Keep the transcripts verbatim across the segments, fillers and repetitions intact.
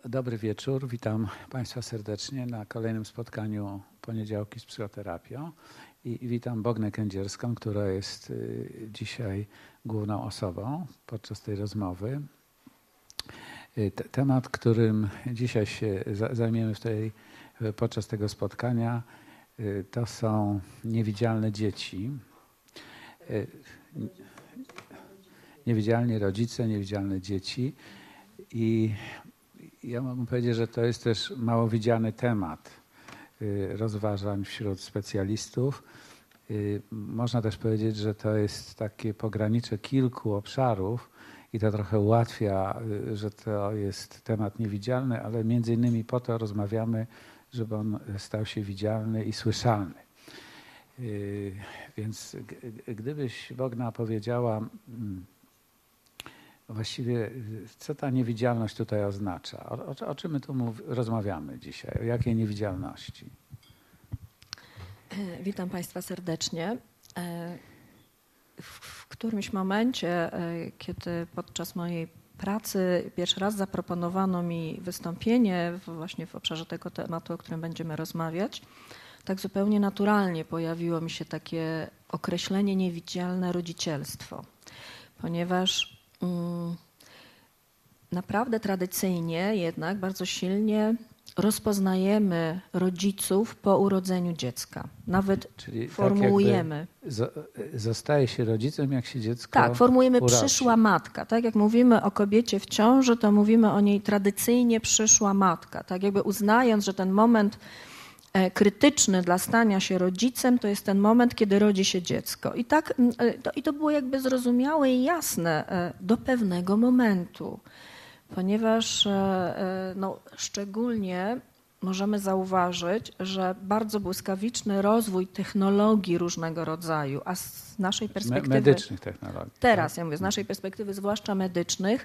Dobry wieczór, witam Państwa serdecznie na kolejnym spotkaniu Poniedziałki z psychoterapią i witam Bognę Kędzierską, która jest dzisiaj główną osobą podczas tej rozmowy. Temat, którym dzisiaj się zajmiemy w tej, podczas tego spotkania, to są niewidzialne dzieci. Niewidzialni rodzice, niewidzialne dzieci. I ja mogę powiedzieć, że to jest też mało widziany temat rozważań wśród specjalistów. Można też powiedzieć, że to jest takie pogranicze kilku obszarów i to trochę ułatwia, że to jest temat niewidzialny, ale między innymi po to rozmawiamy, żeby on stał się widzialny i słyszalny. Więc gdybyś, Bogna, powiedziała właściwie, co ta niewidzialność tutaj oznacza? O, o, o czym my tu mów, rozmawiamy dzisiaj? O jakiej niewidzialności? Witam Państwa serdecznie. W którymś momencie, kiedy podczas mojej pracy pierwszy raz zaproponowano mi wystąpienie właśnie w obszarze tego tematu, o którym będziemy rozmawiać, tak zupełnie naturalnie pojawiło mi się takie określenie niewidzialne rodzicielstwo, ponieważ mm, naprawdę tradycyjnie jednak bardzo silnie rozpoznajemy rodziców po urodzeniu dziecka. Nawet Czyli formułujemy. Tak zostaje się rodzicem, jak się dziecko Tak, formułujemy urodzi. Przyszła matka. Tak jak mówimy o kobiecie w ciąży, to mówimy o niej tradycyjnie przyszła matka. Tak jakby uznając, że ten moment krytyczny dla stania się rodzicem to jest ten moment, kiedy rodzi się dziecko. I, tak, to, i to było jakby zrozumiałe i jasne do pewnego momentu. Ponieważ no, szczególnie możemy zauważyć, że bardzo błyskawiczny rozwój technologii różnego rodzaju, a z naszej perspektywy... Medycznych technologii. Teraz, tak? ja mówię, z naszej perspektywy, zwłaszcza medycznych,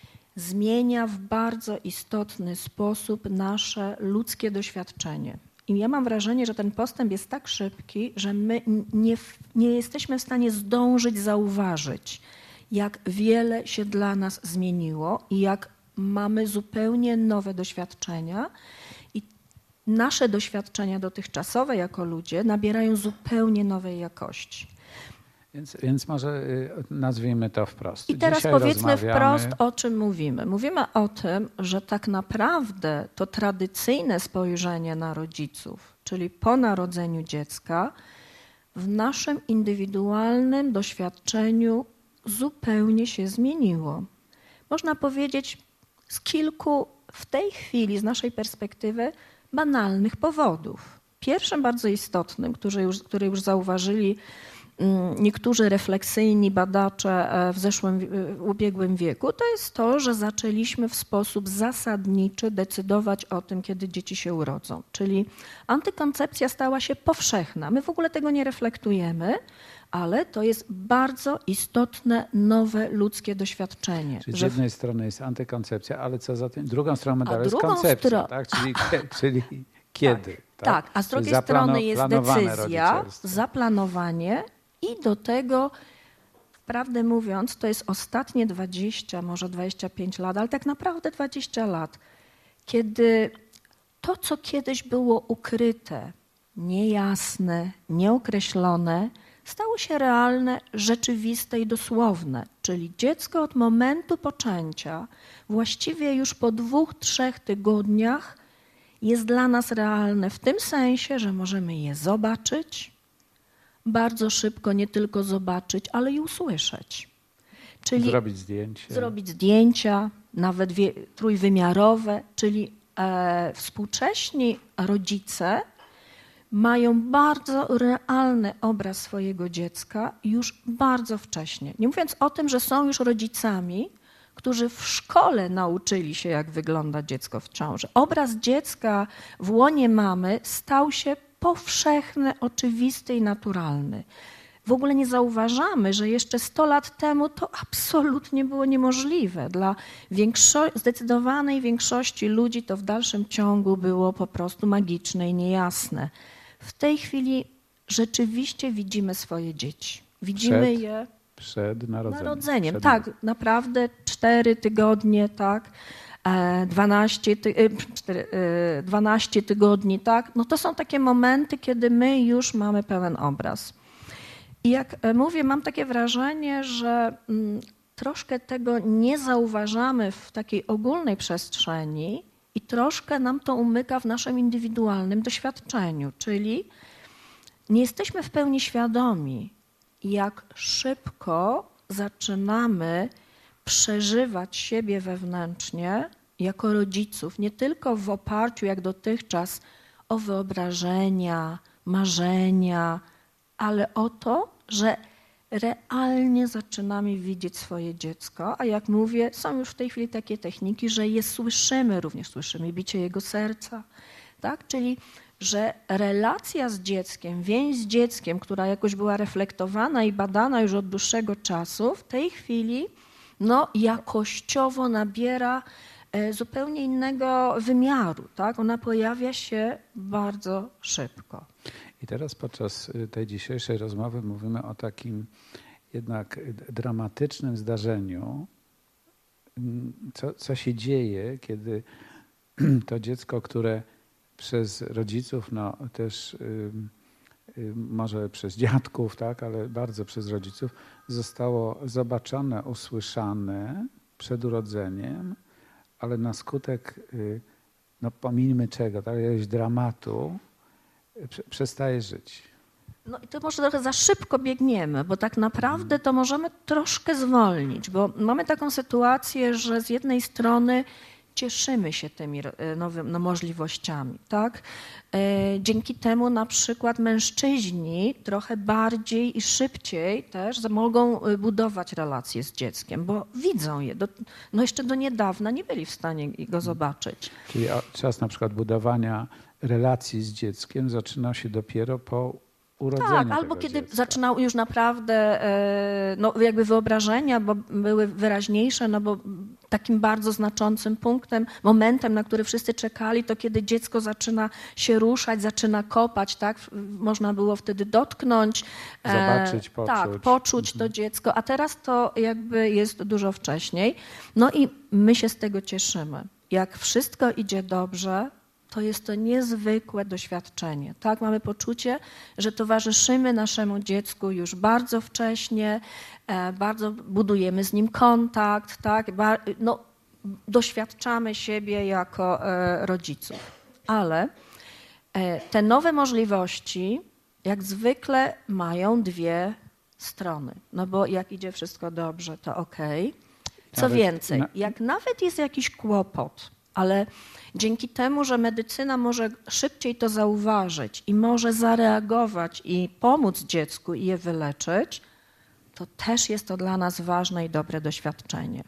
zmienia w bardzo istotny sposób nasze ludzkie doświadczenie. I ja mam wrażenie, że ten postęp jest tak szybki, że my nie, nie jesteśmy w stanie zdążyć zauważyć, jak wiele się dla nas zmieniło i jak mamy zupełnie nowe doświadczenia i nasze doświadczenia dotychczasowe jako ludzie nabierają zupełnie nowej jakości. Więc, więc może nazwijmy to wprost. I teraz Dzisiaj powiedzmy rozmawiamy... wprost, o czym mówimy. Mówimy o tym, że tak naprawdę to tradycyjne spojrzenie na rodziców, czyli po narodzeniu dziecka, w naszym indywidualnym doświadczeniu zupełnie się zmieniło. Można powiedzieć z kilku w tej chwili, z naszej perspektywy, banalnych powodów. Pierwszym bardzo istotnym, który już, który już zauważyli niektórzy refleksyjni badacze w zeszłym, w ubiegłym wieku, to jest to, że zaczęliśmy w sposób zasadniczy decydować o tym, kiedy dzieci się urodzą. Czyli antykoncepcja stała się powszechna. My w ogóle tego nie reflektujemy, ale to jest bardzo istotne, nowe ludzkie doświadczenie. Czyli z że jednej strony jest antykoncepcja, ale co za tym? Drugą stroną medalu jest drugą koncepcja, stro- tak? Czyli, czyli kiedy? Tak, tak. A z Czyli drugiej strony jest zaplanowane decyzja, rodzicielstwo. zaplanowanie i do tego, prawdę mówiąc, to jest ostatnie dwadzieścia, może dwadzieścia pięć lat, ale tak naprawdę dwadzieścia lat, kiedy to, co kiedyś było ukryte, niejasne, nieokreślone, stało się realne, rzeczywiste i dosłowne. Czyli dziecko od momentu poczęcia, właściwie już po dwóch, trzech tygodniach jest dla nas realne w tym sensie, że możemy je zobaczyć, bardzo szybko nie tylko zobaczyć, ale i usłyszeć. Czyli zrobić zdjęcie. Zrobić zdjęcia, nawet wie, trójwymiarowe, czyli e, współcześni rodzice mają bardzo realny obraz swojego dziecka już bardzo wcześnie. Nie mówiąc o tym, że są już rodzicami, którzy w szkole nauczyli się, jak wygląda dziecko w ciąży. Obraz dziecka w łonie mamy stał się powszechny, oczywisty i naturalny. W ogóle nie zauważamy, że jeszcze sto lat temu to absolutnie było niemożliwe. Dla większo- zdecydowanej większości ludzi to w dalszym ciągu było po prostu magiczne i niejasne. W tej chwili rzeczywiście widzimy swoje dzieci. Widzimy Przed, je przed narodzeniem. narodzeniem. Przed Tak, naprawdę cztery tygodnie, tak. dwanaście, ty, dwanaście tygodni, tak? No to są takie momenty, kiedy my już mamy pełen obraz. I jak mówię, mam takie wrażenie, że troszkę tego nie zauważamy w takiej ogólnej przestrzeni i troszkę nam to umyka w naszym indywidualnym doświadczeniu, czyli nie jesteśmy w pełni świadomi, jak szybko zaczynamy przeżywać siebie wewnętrznie jako rodziców, nie tylko w oparciu jak dotychczas o wyobrażenia, marzenia, ale o to, że realnie zaczynamy widzieć swoje dziecko, a jak mówię, są już w tej chwili takie techniki, że je słyszymy, również słyszymy bicie jego serca, tak? Czyli że relacja z dzieckiem, więź z dzieckiem, która jakoś była reflektowana i badana już od dłuższego czasu, w tej chwili no, jakościowo nabiera zupełnie innego wymiaru. Tak? Ona pojawia się bardzo szybko. I teraz podczas tej dzisiejszej rozmowy mówimy o takim jednak dramatycznym zdarzeniu, co, co się dzieje, kiedy to dziecko, które przez rodziców, no też y, y, może przez dziadków, tak, ale bardzo przez rodziców, zostało zobaczone, usłyszane przed urodzeniem, ale na skutek, y, no pomijmy czego, tak, jakiegoś dramatu, y, przestaje żyć. No i to może trochę za szybko biegniemy, bo tak naprawdę to możemy troszkę zwolnić, bo mamy taką sytuację, że z jednej strony cieszymy się tymi nowymi no, możliwościami, tak? Dzięki temu na przykład mężczyźni trochę bardziej i szybciej też mogą budować relacje z dzieckiem, bo widzą je. Do, no jeszcze do niedawna nie byli w stanie go zobaczyć. Czyli czas na przykład budowania relacji z dzieckiem zaczyna się dopiero po urodzeniu Tak, albo tego kiedy dziecka. zaczynał już naprawdę no, jakby wyobrażenia, bo były wyraźniejsze, no bo takim bardzo znaczącym punktem, momentem, na który wszyscy czekali, to kiedy dziecko zaczyna się ruszać, zaczyna kopać, tak? Można było wtedy dotknąć. Zobaczyć, poczuć. Tak, poczuć mhm. to dziecko, a teraz to jakby jest dużo wcześniej. No i my się z tego cieszymy. Jak wszystko idzie dobrze, to jest to niezwykłe doświadczenie. Tak, mamy poczucie, że towarzyszymy naszemu dziecku już bardzo wcześnie, bardzo budujemy z nim kontakt, tak, no, doświadczamy siebie jako rodziców. Ale te nowe możliwości, jak zwykle, mają dwie strony. No bo jak idzie wszystko dobrze, to okej. Co Nawet więcej, na... jak nawet jest jakiś kłopot, ale dzięki temu, że medycyna może szybciej to zauważyć i może zareagować i pomóc dziecku i je wyleczyć, to też jest to dla nas ważne i dobre doświadczenie.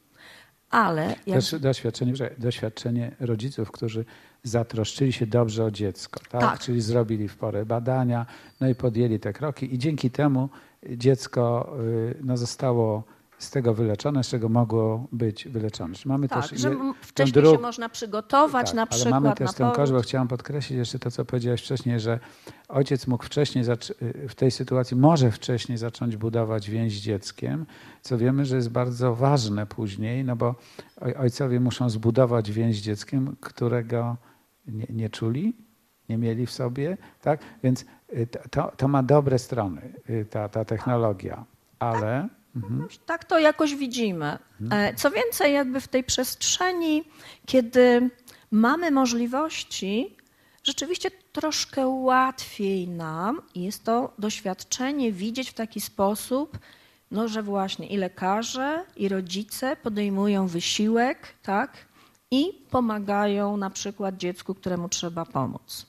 Ale jak... Też doświadczenie, doświadczenie rodziców, którzy zatroszczyli się dobrze o dziecko, tak? Tak. Czyli zrobili w porę badania, no i podjęli te kroki i dzięki temu dziecko no, zostało z tego wyleczone, z czego mogło być wyleczone. Mamy tak, też że je, wcześniej dróg... się można przygotować tak, na ale przykład mamy też na ten poród. koszt, bo chciałam podkreślić jeszcze to, co powiedziałeś wcześniej, że ojciec mógł wcześniej w tej sytuacji, może wcześniej zacząć budować więź z dzieckiem, co wiemy, że jest bardzo ważne później, no bo ojcowie muszą zbudować więź z dzieckiem, którego nie, nie czuli, nie mieli w sobie, tak? Więc to, to ma dobre strony, ta, ta technologia, ale... Mhm. Tak to jakoś widzimy. Co więcej, jakby w tej przestrzeni, kiedy mamy możliwości, rzeczywiście troszkę łatwiej nam jest to doświadczenie widzieć w taki sposób, no, że właśnie i lekarze, i rodzice podejmują wysiłek, tak, i pomagają na przykład dziecku, któremu trzeba pomóc.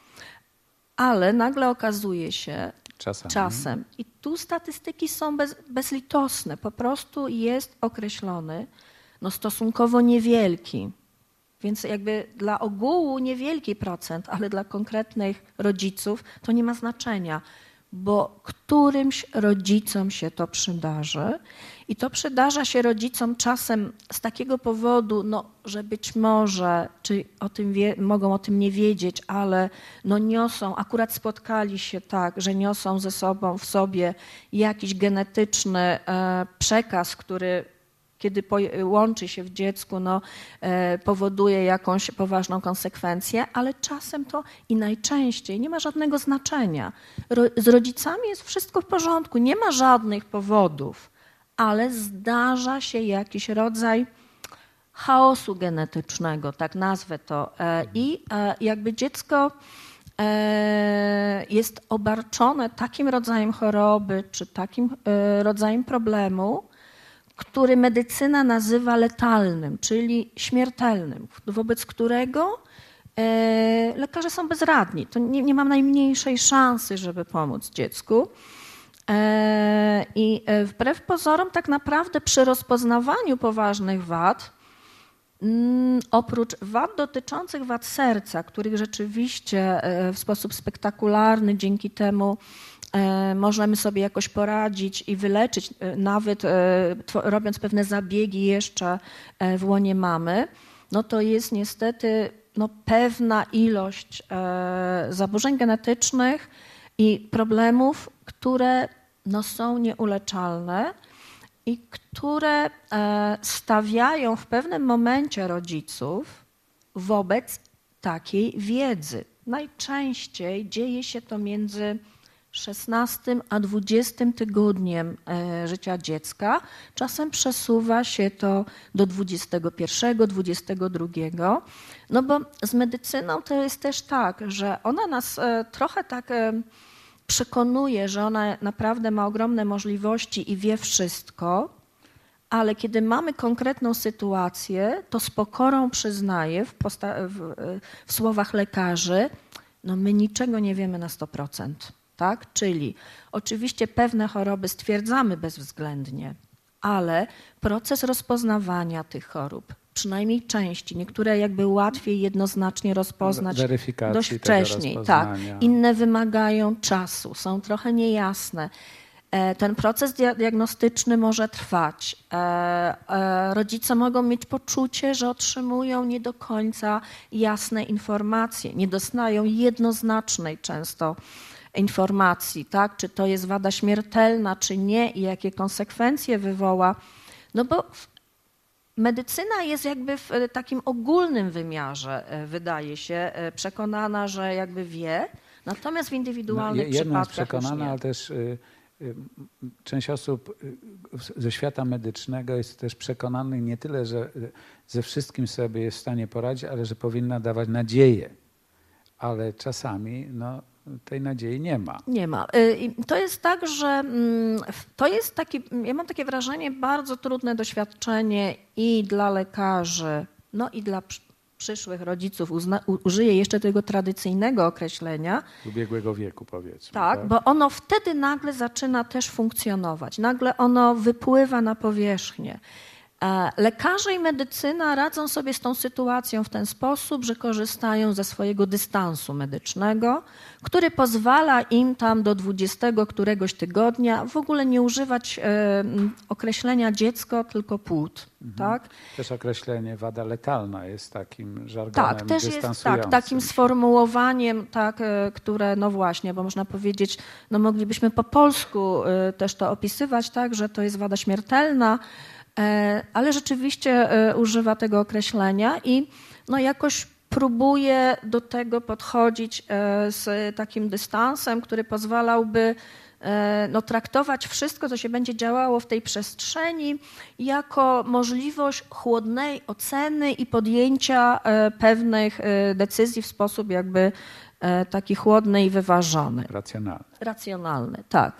Ale nagle okazuje się, Czasem. Czasem. I tu statystyki są bez, bezlitosne. Po prostu jest określony no, stosunkowo niewielki. Więc jakby dla ogółu niewielki procent, ale dla konkretnych rodziców to nie ma znaczenia, bo którymś rodzicom się to przydarzy. I to przydarza się rodzicom czasem z takiego powodu, no, że być może, czy o tym wie, mogą o tym nie wiedzieć, ale no niosą, akurat spotkali się tak, że niosą ze sobą w sobie jakiś genetyczny e, przekaz, który kiedy łączy się w dziecku, no, powoduje jakąś poważną konsekwencję, ale czasem to i najczęściej nie ma żadnego znaczenia. Z rodzicami jest wszystko w porządku, nie ma żadnych powodów, ale zdarza się jakiś rodzaj chaosu genetycznego, tak nazwę to. I jakby dziecko jest obarczone takim rodzajem choroby czy takim rodzajem problemu, który medycyna nazywa letalnym, czyli śmiertelnym, wobec którego lekarze są bezradni. To nie, nie mam najmniejszej szansy, żeby pomóc dziecku. I wbrew pozorom tak naprawdę przy rozpoznawaniu poważnych wad, oprócz wad dotyczących wad serca, których rzeczywiście w sposób spektakularny dzięki temu możemy sobie jakoś poradzić i wyleczyć, nawet robiąc pewne zabiegi jeszcze w łonie mamy, no to jest niestety no, pewna ilość zaburzeń genetycznych i problemów, które no, są nieuleczalne i które stawiają w pewnym momencie rodziców wobec takiej wiedzy. Najczęściej dzieje się to między szesnastym a dwudziestym tygodniem życia dziecka. Czasem przesuwa się to do dwudziestego pierwszego, dwudziestego drugiego. No bo z medycyną to jest też tak, że ona nas trochę tak przekonuje, że ona naprawdę ma ogromne możliwości i wie wszystko, ale kiedy mamy konkretną sytuację, to z pokorą przyznaje w, w, w słowach lekarzy, no my niczego nie wiemy na sto procent. Tak? Czyli oczywiście pewne choroby stwierdzamy bezwzględnie, ale proces rozpoznawania tych chorób, przynajmniej części, niektóre jakby łatwiej jednoznacznie rozpoznać dość wcześniej. Tak. Inne wymagają czasu, są trochę niejasne. Ten proces diagnostyczny może trwać. Rodzice mogą mieć poczucie, że otrzymują nie do końca jasne informacje, nie dostają jednoznacznej często informacji, tak? Czy to jest wada śmiertelna, czy nie i jakie konsekwencje wywoła. No bo medycyna jest jakby w takim ogólnym wymiarze, wydaje się, przekonana, że jakby wie, natomiast w indywidualnych no, jedno przypadkach jest przekonana, już nie. ale też y, y, część osób ze świata medycznego jest też przekonanych nie tyle, że ze wszystkim sobie jest w stanie poradzić, ale że powinna dawać nadzieję. Ale czasami no, tej nadziei nie ma. Nie ma. To jest tak, że to jest taki, ja mam takie wrażenie, bardzo trudne doświadczenie i dla lekarzy, no i dla przyszłych rodziców. Uzna, użyję jeszcze tego tradycyjnego określenia. Ubiegłego wieku, powiedzmy. Tak, tak, bo ono wtedy nagle zaczyna też funkcjonować. Nagle ono wypływa na powierzchnię. Lekarze i medycyna radzą sobie z tą sytuacją w ten sposób, że korzystają ze swojego dystansu medycznego, który pozwala im tam do dwudziestego któregoś tygodnia w ogóle nie używać e, określenia dziecko, tylko płód. Mhm. Tak? Też określenie wada letalna jest takim żargonem tak, też dystansującym. jest tak, takim sformułowaniem, tak, e, które no właśnie, bo można powiedzieć, no moglibyśmy po polsku e, też to opisywać, tak, że to jest wada śmiertelna, ale rzeczywiście używa tego określenia i no jakoś próbuje do tego podchodzić z takim dystansem, który pozwalałby no, traktować wszystko, co się będzie działało w tej przestrzeni, jako możliwość chłodnej oceny i podjęcia pewnych decyzji w sposób jakby taki chłodny i wyważony. Racjonalny. Racjonalny, tak.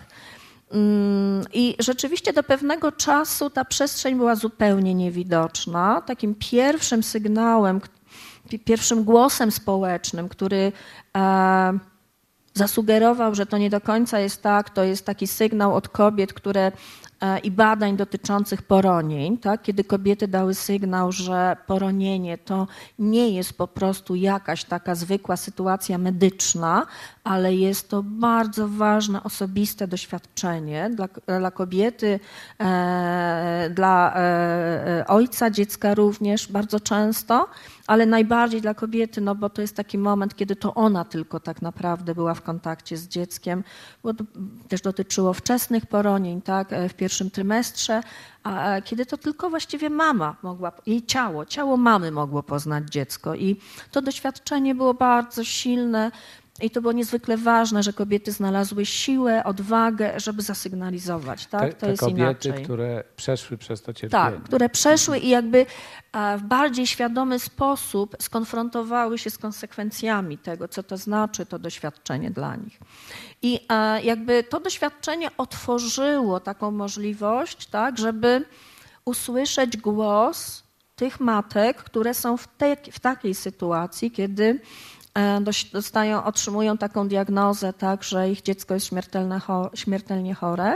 I rzeczywiście do pewnego czasu ta przestrzeń była zupełnie niewidoczna. Takim pierwszym sygnałem, pierwszym głosem społecznym, który e, zasugerował, że to nie do końca jest tak, to jest taki sygnał od kobiet, które e, i badań dotyczących poronień, tak? Kiedy kobiety dały sygnał, że poronienie to nie jest po prostu jakaś taka zwykła sytuacja medyczna, ale jest to bardzo ważne, osobiste doświadczenie dla, dla kobiety, e, dla e, ojca dziecka również bardzo często. ale najbardziej dla kobiety, no bo to jest taki moment, kiedy to ona tylko tak naprawdę była w kontakcie z dzieckiem, bo to też dotyczyło wczesnych poronień, tak, w pierwszym trymestrze, a kiedy to tylko właściwie mama mogła, jej ciało, ciało mamy mogło poznać dziecko i to doświadczenie było bardzo silne. I to było niezwykle ważne, że kobiety znalazły siłę, odwagę, żeby zasygnalizować. Tak? Te, to te jest kobiety, inaczej. które przeszły przez to cierpienie. Tak, które przeszły i jakby w bardziej świadomy sposób skonfrontowały się z konsekwencjami tego, co to znaczy to doświadczenie dla nich. I jakby to doświadczenie otworzyło taką możliwość, tak, żeby usłyszeć głos tych matek, które są w, te, w takiej sytuacji, kiedy dostają, otrzymują taką diagnozę, tak, że ich dziecko jest śmiertelne, śmiertelnie chore.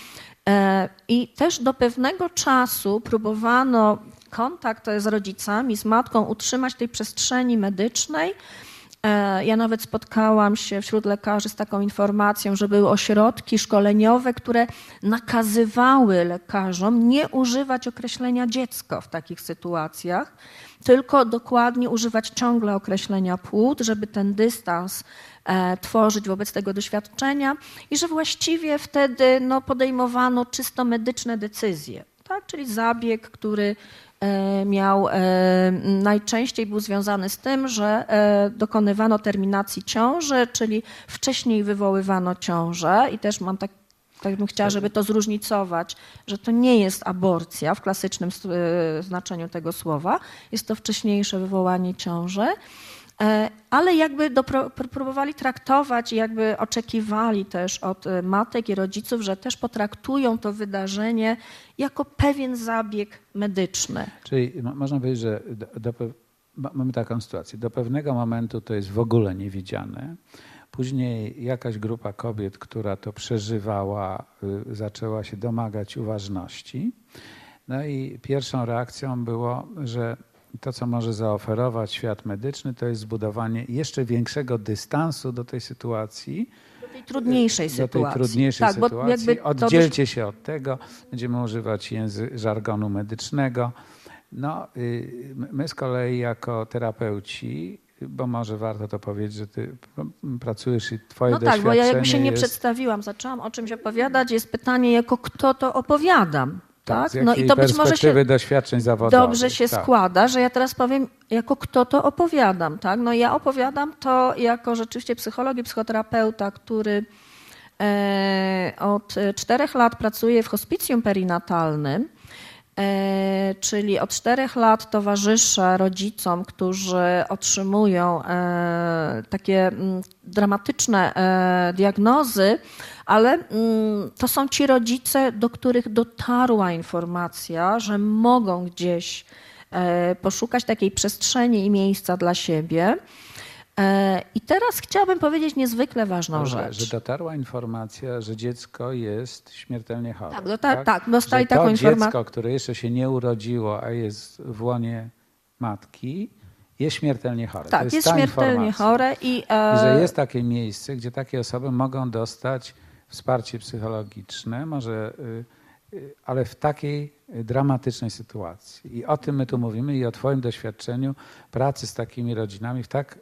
I też do pewnego czasu próbowano kontakt z rodzicami, z matką utrzymać w tej przestrzeni medycznej. Ja nawet spotkałam się wśród lekarzy z taką informacją, że były ośrodki szkoleniowe, które nakazywały lekarzom nie używać określenia dziecko w takich sytuacjach, tylko dokładnie używać ciągle określenia płód, żeby ten dystans e, tworzyć wobec tego doświadczenia i że właściwie wtedy no, podejmowano czysto medyczne decyzje, tak? Czyli zabieg, który e, miał, e, najczęściej był związany z tym, że e, dokonywano terminacji ciąży, czyli wcześniej wywoływano ciążę i też mam tak Tak bym chciała, żeby to zróżnicować, że to nie jest aborcja w klasycznym znaczeniu tego słowa, jest to wcześniejsze wywołanie ciąży, ale jakby dopro, próbowali traktować i jakby oczekiwali też od matek i rodziców, że też potraktują to wydarzenie jako pewien zabieg medyczny. Czyli można powiedzieć, że do, do, mamy taką sytuację. Do pewnego momentu to jest w ogóle niewidziane. Później jakaś grupa kobiet, która to przeżywała, zaczęła się domagać uważności. No i pierwszą reakcją było, że to, co może zaoferować świat medyczny, to jest zbudowanie jeszcze większego dystansu do tej sytuacji. Do tej trudniejszej do sytuacji. Do tej trudniejszej tak, sytuacji. Bo jakby Oddzielcie to... się od tego, będziemy używać język, żargonu medycznego. No, my z kolei jako terapeuci, bo może warto to powiedzieć, że ty pracujesz i twoje no doświadczenie tak, bo ja jakby się nie jest... przedstawiłam, zaczęłam o czymś opowiadać, jest pytanie, jako kto to opowiadam. Tak? Tak, z no i to być może się doświadczeń zawodowych. Dobrze się tak. składa, że ja teraz powiem, jako kto to opowiadam. Tak? No ja opowiadam to jako rzeczywiście psycholog i psychoterapeuta, który e, od czterech lat pracuje w hospicjum perinatalnym, E, czyli od czterech lat towarzyszę rodzicom, którzy otrzymują e, takie m, dramatyczne e, diagnozy, ale m, to są ci rodzice, do których dotarła informacja, że mogą gdzieś e, poszukać takiej przestrzeni i miejsca dla siebie. I teraz chciałabym powiedzieć niezwykle ważną że, rzecz. Że dotarła informacja, że dziecko jest śmiertelnie chore. Tak, dotar- tak? tak dostali że taką to informację. dziecko, które jeszcze się nie urodziło, a jest w łonie matki, jest śmiertelnie chore. Tak, to jest, jest ta śmiertelnie informacja. chore. I, e... I że jest takie miejsce, gdzie takie osoby mogą dostać wsparcie psychologiczne, może, ale w takiej dramatycznej sytuacji. I o tym my tu mówimy i o twoim doświadczeniu pracy z takimi rodzinami w tak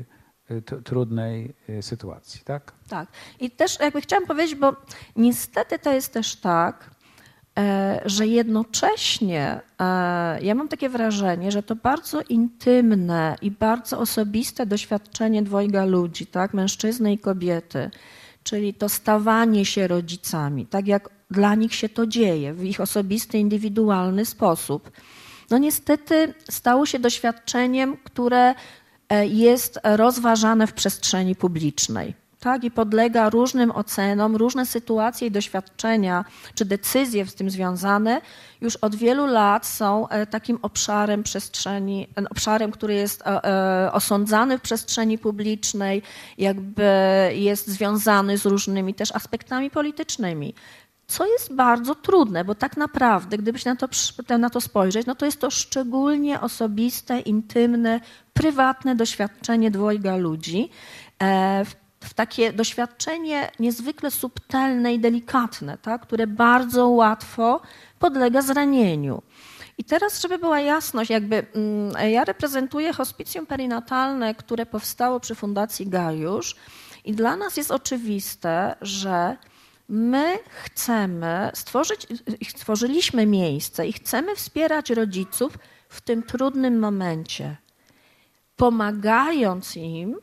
trudnej sytuacji, tak? Tak. I też jakby chciałam powiedzieć, bo niestety to jest też tak, że jednocześnie ja mam takie wrażenie, że to bardzo intymne i bardzo osobiste doświadczenie dwojga ludzi, tak, mężczyzny i kobiety, czyli to stawanie się rodzicami, tak jak dla nich się to dzieje w ich osobisty, indywidualny sposób. No niestety stało się doświadczeniem, które jest rozważane w przestrzeni publicznej. Tak, i podlega różnym ocenom, różne sytuacje i doświadczenia, czy decyzje z tym związane już od wielu lat są takim obszarem przestrzeni, obszarem, który jest osądzany w przestrzeni publicznej, jakby jest związany z różnymi też aspektami politycznymi. Co jest bardzo trudne, bo tak naprawdę, gdybyś na to, na to spojrzeć, no to jest to szczególnie osobiste, intymne, prywatne doświadczenie dwojga ludzi, w w takie doświadczenie niezwykle subtelne i delikatne, tak, które bardzo łatwo podlega zranieniu. I teraz, żeby była jasność, jakby ja reprezentuję hospicjum perinatalne, które powstało przy Fundacji Gajusz i dla nas jest oczywiste, że my chcemy stworzyć, stworzyliśmy miejsce i chcemy wspierać rodziców w tym trudnym momencie, pomagając im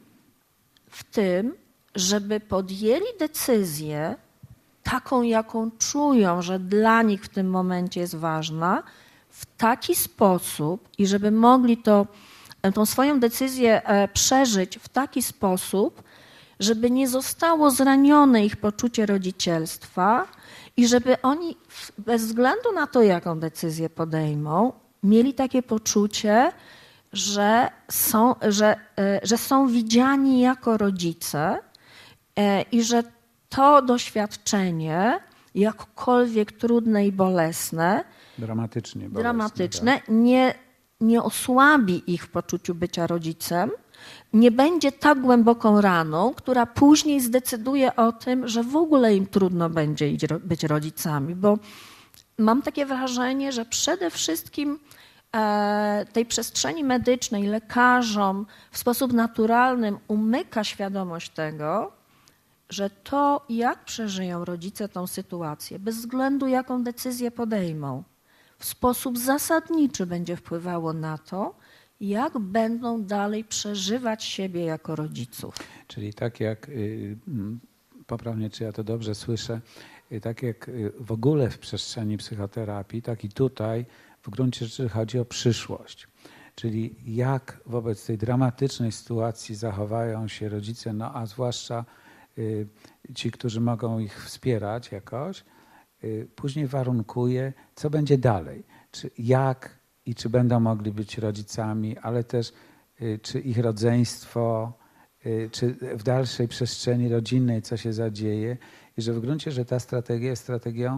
w tym, żeby podjęli decyzję taką, jaką czują, że dla nich w tym momencie jest ważna, w taki sposób i żeby mogli to, tą swoją decyzję przeżyć w taki sposób, żeby nie zostało zranione ich poczucie rodzicielstwa i żeby oni bez względu na to, jaką decyzję podejmą, mieli takie poczucie, że są, że, że są widziani jako rodzice i że to doświadczenie, jakkolwiek trudne i bolesne, dramatycznie bolesne, dramatyczne tak. nie, nie osłabi ich w poczuciu bycia rodzicem, nie będzie tak głęboką raną, która później zdecyduje o tym, że w ogóle im trudno będzie być rodzicami, bo mam takie wrażenie, że przede wszystkim tej przestrzeni medycznej lekarzom w sposób naturalny umyka świadomość tego, że to, jak przeżyją rodzice tą sytuację, bez względu jaką decyzję podejmą, w sposób zasadniczy będzie wpływało na to, jak będą dalej przeżywać siebie jako rodziców. Czyli tak jak, poprawnie czy ja to dobrze słyszę, tak jak w ogóle w przestrzeni psychoterapii, tak i tutaj w gruncie rzeczy chodzi o przyszłość. Czyli jak wobec tej dramatycznej sytuacji zachowają się rodzice, no a zwłaszcza ci, którzy mogą ich wspierać jakoś, później warunkuje, co będzie dalej. Czy jak i czy będą mogli być rodzicami, ale też czy ich rodzeństwo, czy w dalszej przestrzeni rodzinnej co się zadzieje. I że w gruncie, że ta strategia jest strategią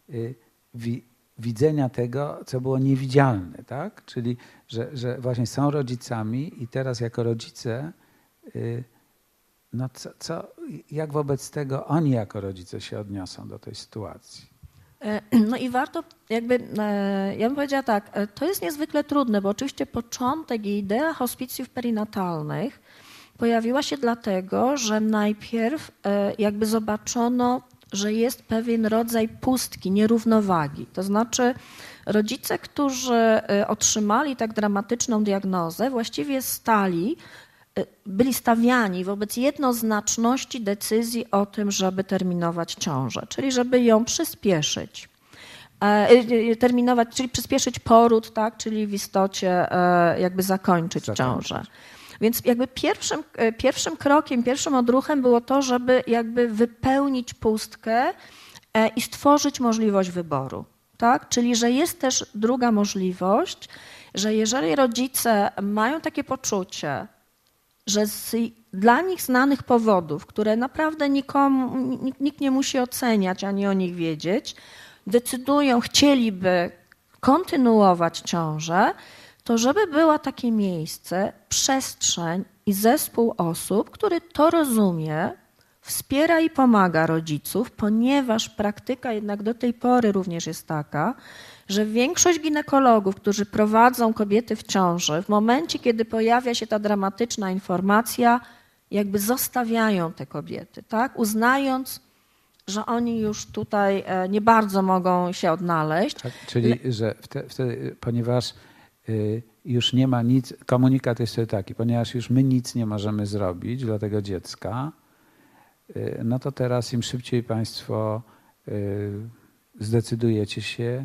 wi- widzenia tego, co było niewidzialne, tak? Czyli, że, że właśnie są rodzicami i teraz jako rodzice, no co, co, jak wobec tego oni jako rodzice się odniosą do tej sytuacji? No i warto jakby, ja bym powiedziała tak, to jest niezwykle trudne, bo oczywiście początek i idea hospicjów perinatalnych pojawiła się dlatego, że najpierw jakby zobaczono, że jest pewien rodzaj pustki, nierównowagi. To znaczy rodzice, którzy otrzymali tak dramatyczną diagnozę, właściwie stali, byli stawiani wobec jednoznaczności decyzji o tym, żeby terminować ciążę, czyli żeby ją przyspieszyć. Terminować, czyli przyspieszyć poród, tak, czyli w istocie jakby zakończyć, zakończyć. ciążę. Więc jakby pierwszym, pierwszym krokiem, pierwszym odruchem było to, żeby jakby wypełnić pustkę i stworzyć możliwość wyboru. Tak? Czyli że jest też druga możliwość, że jeżeli rodzice mają takie poczucie, że z dla nich znanych powodów, które naprawdę nikomu, nikt, nikt nie musi oceniać ani o nich wiedzieć, decydują, chcieliby kontynuować ciążę, to żeby było takie miejsce, przestrzeń i zespół osób, który to rozumie, wspiera i pomaga rodziców, ponieważ praktyka jednak do tej pory również jest taka, że większość ginekologów, którzy prowadzą kobiety w ciąży, w momencie, kiedy pojawia się ta dramatyczna informacja, jakby zostawiają te kobiety, tak? Uznając, że oni już tutaj nie bardzo mogą się odnaleźć. Tak, czyli, Le... że wtedy, wtedy, ponieważ już nie ma nic, komunikat jest wtedy taki, ponieważ już my nic nie możemy zrobić dla tego dziecka, no to teraz im szybciej Państwo zdecydujecie się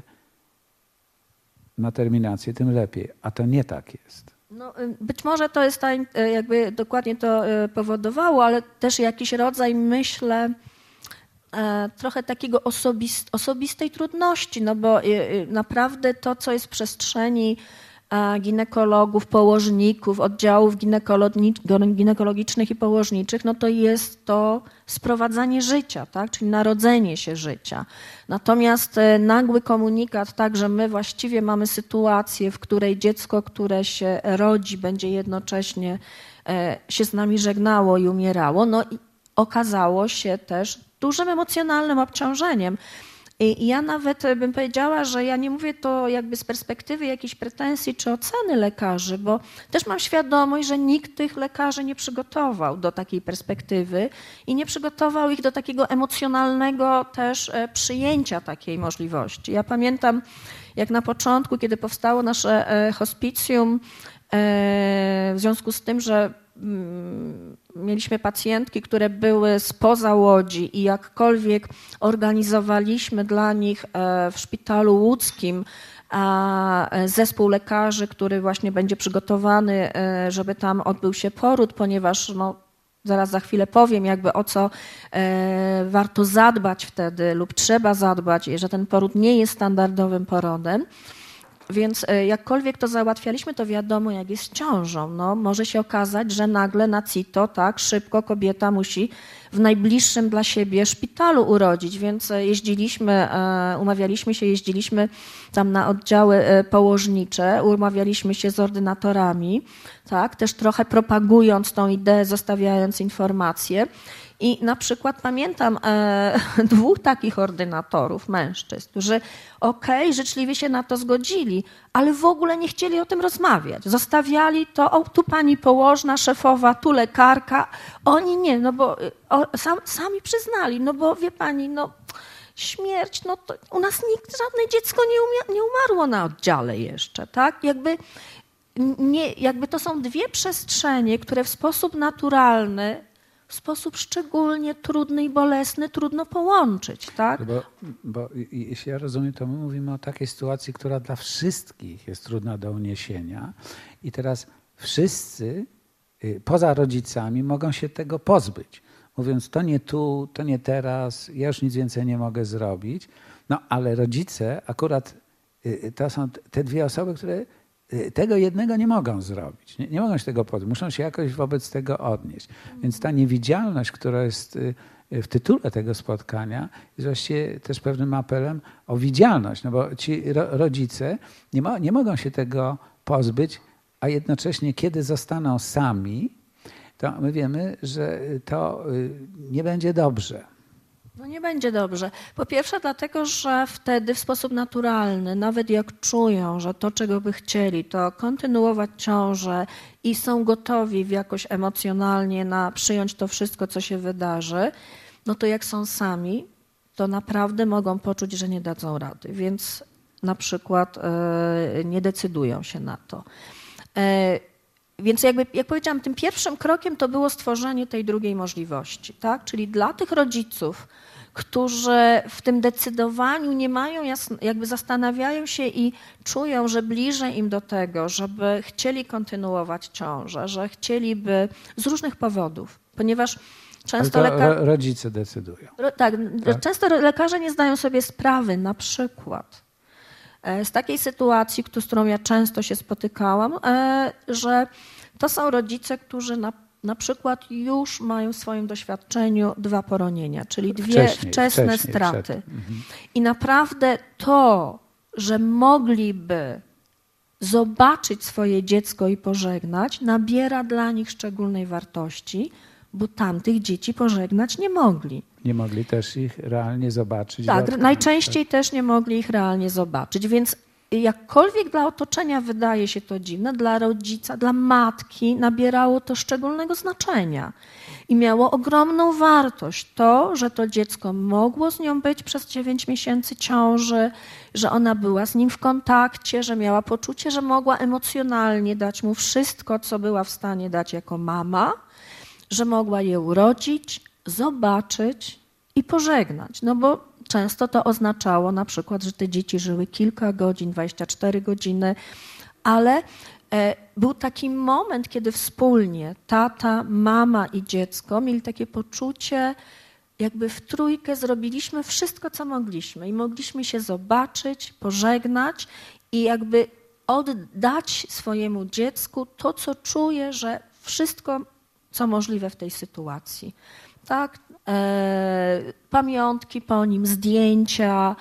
na terminację, tym lepiej. A to nie tak jest. No, być może to jest ta, jakby dokładnie to powodowało, ale też jakiś rodzaj, myślę, trochę takiego osobist, osobistej trudności, no bo naprawdę to, co jest w przestrzeni ginekologów, położników, oddziałów ginekologicznych i położniczych, no to jest to sprowadzanie życia, tak? Czyli narodzenie się życia. Natomiast nagły komunikat, tak, że my właściwie mamy sytuację, w której dziecko, które się rodzi, będzie jednocześnie się z nami żegnało i umierało, no i okazało się też dużym emocjonalnym obciążeniem. I ja nawet bym powiedziała, że ja nie mówię to jakby z perspektywy jakiejś pretensji czy oceny lekarzy, bo też mam świadomość, że nikt tych lekarzy nie przygotował do takiej perspektywy i nie przygotował ich do takiego emocjonalnego też przyjęcia takiej możliwości. Ja pamiętam, jak na początku, kiedy powstało nasze hospicjum, w związku z tym, że mieliśmy pacjentki, które były spoza Łodzi i jakkolwiek organizowaliśmy dla nich w szpitalu łódzkim zespół lekarzy, który właśnie będzie przygotowany, żeby tam odbył się poród, ponieważ no, zaraz za chwilę powiem, jakby o co warto zadbać wtedy lub trzeba zadbać, że ten poród nie jest standardowym porodem. Więc jakkolwiek to załatwialiśmy, to wiadomo, jak jest z ciążą. No, może się okazać, że nagle na CITO tak szybko kobieta musi w najbliższym dla siebie szpitalu urodzić, więc jeździliśmy, umawialiśmy się, jeździliśmy tam na oddziały położnicze, umawialiśmy się z ordynatorami, tak, też trochę propagując tą ideę, zostawiając informacje. I na przykład pamiętam e, dwóch takich ordynatorów, mężczyzn, którzy okej, okay, życzliwie się na to zgodzili, ale w ogóle nie chcieli o tym rozmawiać. Zostawiali to, o, tu pani położna, szefowa, tu lekarka. Oni nie, no bo o, sam, sami przyznali, no bo wie pani, no śmierć, no to u nas nikt, żadne dziecko nie, umia, nie umarło na oddziale jeszcze, tak? Jakby, nie, jakby to są dwie przestrzenie, które w sposób naturalny, w sposób szczególnie trudny i bolesny trudno połączyć, tak? Bo, bo jeśli ja rozumiem, to my mówimy o takiej sytuacji, która dla wszystkich jest trudna do uniesienia i teraz wszyscy poza rodzicami mogą się tego pozbyć, mówiąc to nie tu, to nie teraz, ja już nic więcej nie mogę zrobić, no ale rodzice akurat to są te dwie osoby, które tego jednego nie mogą zrobić, nie, nie mogą się tego pozbyć, muszą się jakoś wobec tego odnieść. Więc ta niewidzialność, która jest w tytule tego spotkania, jest właściwie też pewnym apelem o widzialność, no bo ci ro, rodzice nie, mo, nie mogą się tego pozbyć, a jednocześnie kiedy zostaną sami, to my wiemy, że to nie będzie dobrze. No nie będzie dobrze. Po pierwsze dlatego, że wtedy w sposób naturalny, nawet jak czują, że to, czego by chcieli, to kontynuować ciążę i są gotowi jakoś emocjonalnie na przyjąć to wszystko, co się wydarzy, no to jak są sami, to naprawdę mogą poczuć, że nie dadzą rady, więc na przykład yy, nie decydują się na to. Yy, Więc jakby, jak powiedziałam, tym pierwszym krokiem to było stworzenie tej drugiej możliwości, tak? Czyli dla tych rodziców, którzy w tym decydowaniu nie mają, jasno, jakby zastanawiają się i czują, że bliżej im do tego, żeby chcieli kontynuować ciążę, że chcieliby z różnych powodów, ponieważ często Ale to lekar... rodzice decydują. Ro, tak, tak, często lekarze nie zdają sobie sprawy, na przykład z takiej sytuacji, z którą ja często się spotykałam, że to są rodzice, którzy na, na przykład już mają w swoim doświadczeniu dwa poronienia, czyli dwie wcześniej, wczesne wcześniej, straty. Mhm. I naprawdę to, że mogliby zobaczyć swoje dziecko i pożegnać, nabiera dla nich szczególnej wartości, bo tamtych dzieci pożegnać nie mogli. Nie mogli też ich realnie zobaczyć. Tak, dla... najczęściej też nie mogli ich realnie zobaczyć, więc jakkolwiek dla otoczenia wydaje się to dziwne, dla rodzica, dla matki nabierało to szczególnego znaczenia i miało ogromną wartość to, że to dziecko mogło z nią być przez dziewięć miesięcy ciąży, że ona była z nim w kontakcie, że miała poczucie, że mogła emocjonalnie dać mu wszystko, co była w stanie dać jako mama, że mogła je urodzić, zobaczyć i pożegnać. No bo często to oznaczało na przykład, że te dzieci żyły kilka godzin, dwadzieścia cztery godziny, ale e, był taki moment, kiedy wspólnie tata, mama i dziecko mieli takie poczucie, jakby w trójkę zrobiliśmy wszystko, co mogliśmy i mogliśmy się zobaczyć, pożegnać i jakby oddać swojemu dziecku to, co czuje, że wszystko, co możliwe w tej sytuacji. Tak, e, pamiątki po nim, zdjęcia,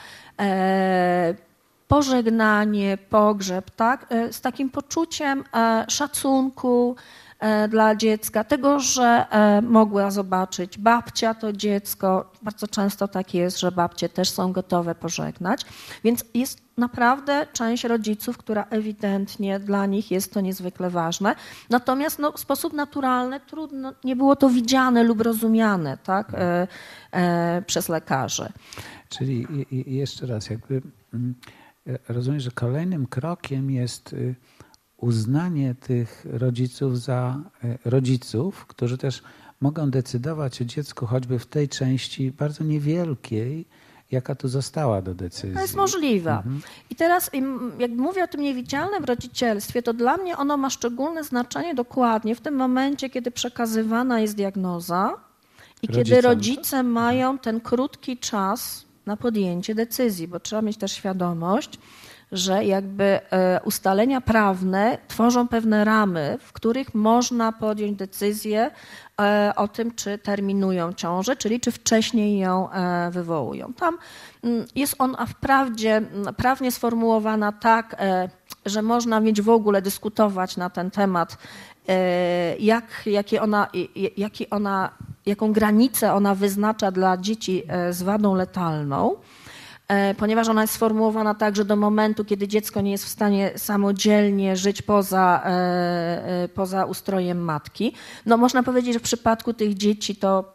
e, pożegnanie, pogrzeb, tak, e, z takim poczuciem e, szacunku, dla dziecka, tego, że mogła zobaczyć babcia to dziecko. Bardzo często tak jest, że babcie też są gotowe pożegnać, więc jest naprawdę część rodziców, która ewidentnie dla nich jest to niezwykle ważne. Natomiast no, w sposób naturalny trudno, nie było to widziane lub rozumiane, tak, e, e, przez lekarzy. Czyli i, i jeszcze raz, jakby rozumiem, że kolejnym krokiem jest uznanie tych rodziców za rodziców, którzy też mogą decydować o dziecku choćby w tej części bardzo niewielkiej, jaka tu została do decyzji. To jest możliwe. Mhm. I teraz jak mówię o tym niewidzialnym rodzicielstwie, to dla mnie ono ma szczególne znaczenie dokładnie w tym momencie, kiedy przekazywana jest diagnoza i Rodzicom. kiedy rodzice mają ten krótki czas na podjęcie decyzji, bo trzeba mieć też świadomość, że jakby ustalenia prawne tworzą pewne ramy, w których można podjąć decyzję o tym, czy terminują ciążę, czyli czy wcześniej ją wywołują. Tam jest ona wprawdzie prawnie sformułowana tak, że można mieć w ogóle dyskutować na ten temat, jak, jakie ona, jaki ona, jaką granicę ona wyznacza dla dzieci z wadą letalną, ponieważ ona jest sformułowana tak, że do momentu, kiedy dziecko nie jest w stanie samodzielnie żyć poza, poza ustrojem matki. No można powiedzieć, że w przypadku tych dzieci to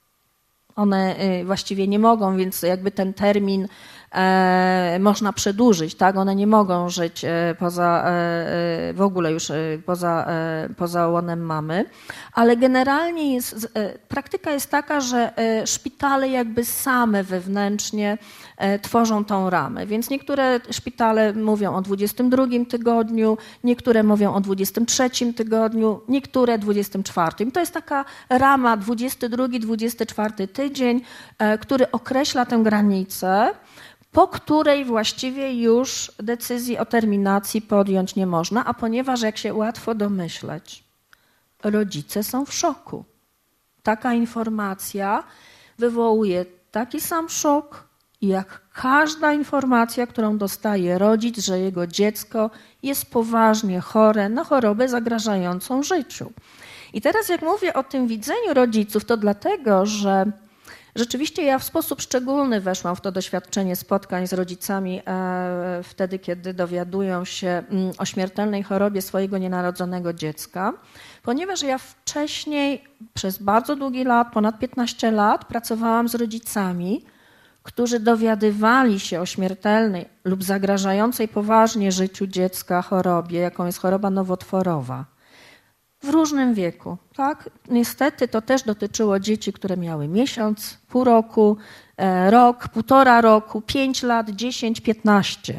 one właściwie nie mogą, więc jakby ten termin e, można przedłużyć, tak? One nie mogą żyć poza, e, w ogóle już poza, e, poza łonem mamy, ale generalnie jest, e, praktyka jest taka, że e, szpitale jakby same wewnętrznie e, tworzą tą ramę, więc niektóre szpitale mówią o dwudziestym drugim tygodniu, niektóre mówią o dwudziestym trzecim tygodniu, niektóre dwudziestym czwartym. To jest taka rama dwudziesty drugi, dwudziesty czwarty tydzień, e, który określa tę granicę, po której właściwie już decyzji o terminacji podjąć nie można, a ponieważ, jak się łatwo domyśleć, rodzice są w szoku. Taka informacja wywołuje taki sam szok, jak każda informacja, którą dostaje rodzic, że jego dziecko jest poważnie chore na chorobę zagrażającą życiu. I teraz jak mówię o tym widzeniu rodziców, to dlatego, że rzeczywiście ja w sposób szczególny weszłam w to doświadczenie spotkań z rodzicami e, wtedy, kiedy dowiadują się m, o śmiertelnej chorobie swojego nienarodzonego dziecka, ponieważ ja wcześniej przez bardzo długi lat, ponad piętnaście lat, pracowałam z rodzicami, którzy dowiadywali się o śmiertelnej lub zagrażającej poważnie życiu dziecka chorobie, jaką jest choroba nowotworowa. W różnym wieku, tak? Niestety to też dotyczyło dzieci, które miały miesiąc, pół roku, rok, półtora roku, pięć lat, dziesięć, piętnaście.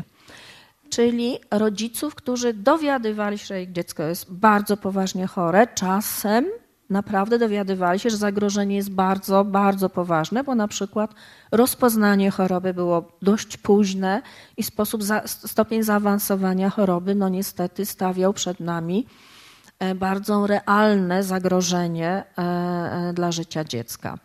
Czyli rodziców, którzy dowiadywali się, że ich dziecko jest bardzo poważnie chore, czasem naprawdę dowiadywali się, że zagrożenie jest bardzo, bardzo poważne, bo na przykład rozpoznanie choroby było dość późne i sposób za, stopień zaawansowania choroby no niestety stawiał przed nami bardzo realne zagrożenie dla życia dziecka.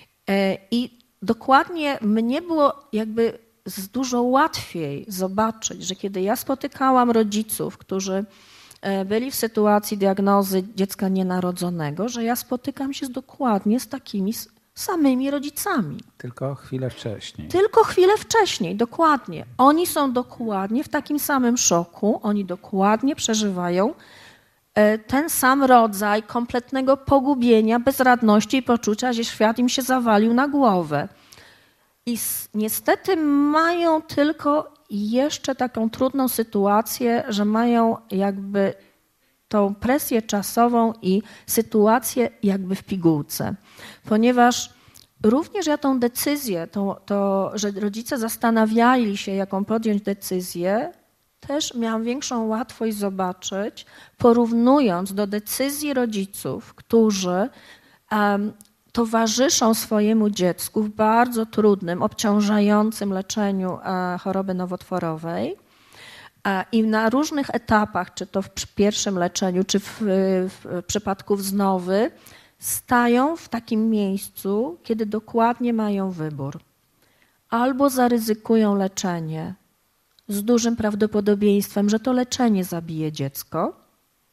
I dokładnie mnie było jakby dużo łatwiej zobaczyć, że kiedy ja spotykałam rodziców, którzy byli w sytuacji diagnozy dziecka nienarodzonego, że ja spotykam się z dokładnie z takimi samymi rodzicami. Tylko chwilę wcześniej. Tylko chwilę wcześniej, dokładnie. Oni są dokładnie w takim samym szoku, oni dokładnie przeżywają ten sam rodzaj kompletnego pogubienia, bezradności i poczucia, że świat im się zawalił na głowę. I niestety mają tylko jeszcze taką trudną sytuację, że mają jakby tą presję czasową i sytuację jakby w pigułce. Ponieważ również ja tą decyzję, to, to, że rodzice zastanawiali się, jaką podjąć decyzję, też miałam większą łatwość zobaczyć, porównując do decyzji rodziców, którzy um, towarzyszą swojemu dziecku w bardzo trudnym, obciążającym leczeniu e, choroby nowotworowej e, i na różnych etapach, czy to w pierwszym leczeniu, czy w, w przypadku wznowy, stają w takim miejscu, kiedy dokładnie mają wybór. Albo zaryzykują leczenie z dużym prawdopodobieństwem, że to leczenie zabije dziecko,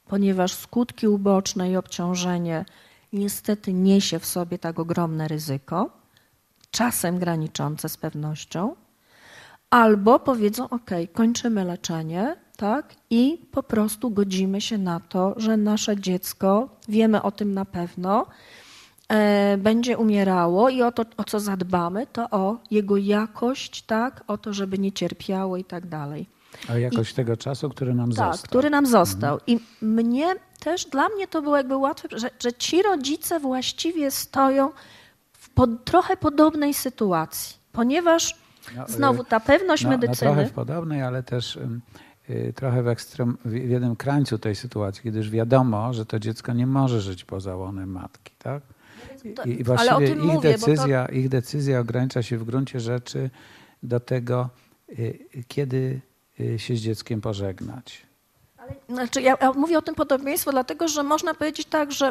ponieważ skutki uboczne i obciążenie niestety niesie w sobie tak ogromne ryzyko, czasem graniczące z pewnością, albo powiedzą, ok, kończymy leczenie, tak, i po prostu godzimy się na to, że nasze dziecko, wiemy o tym na pewno, e, będzie umierało i o to, o co zadbamy, to o jego jakość, tak, o to, żeby nie cierpiało i tak dalej. A jakość I, tego czasu, który nam tak, został. który nam został. Mhm. I mnie też, dla mnie to było jakby łatwe, że, że ci rodzice właściwie stoją w pod, trochę podobnej sytuacji, ponieważ no, znowu ta pewność no, medycyny... No trochę w podobnej, ale też y, trochę w, ekstrem, w jednym krańcu tej sytuacji, kiedy już wiadomo, że to dziecko nie może żyć poza łonem matki, tak? I, i właściwie ale o tym ich, mówię, decyzja, to... ich decyzja ogranicza się w gruncie rzeczy do tego, y, kiedy się z dzieckiem pożegnać. Ale, znaczy ja, ja mówię o tym podobieństwie, dlatego że można powiedzieć tak, że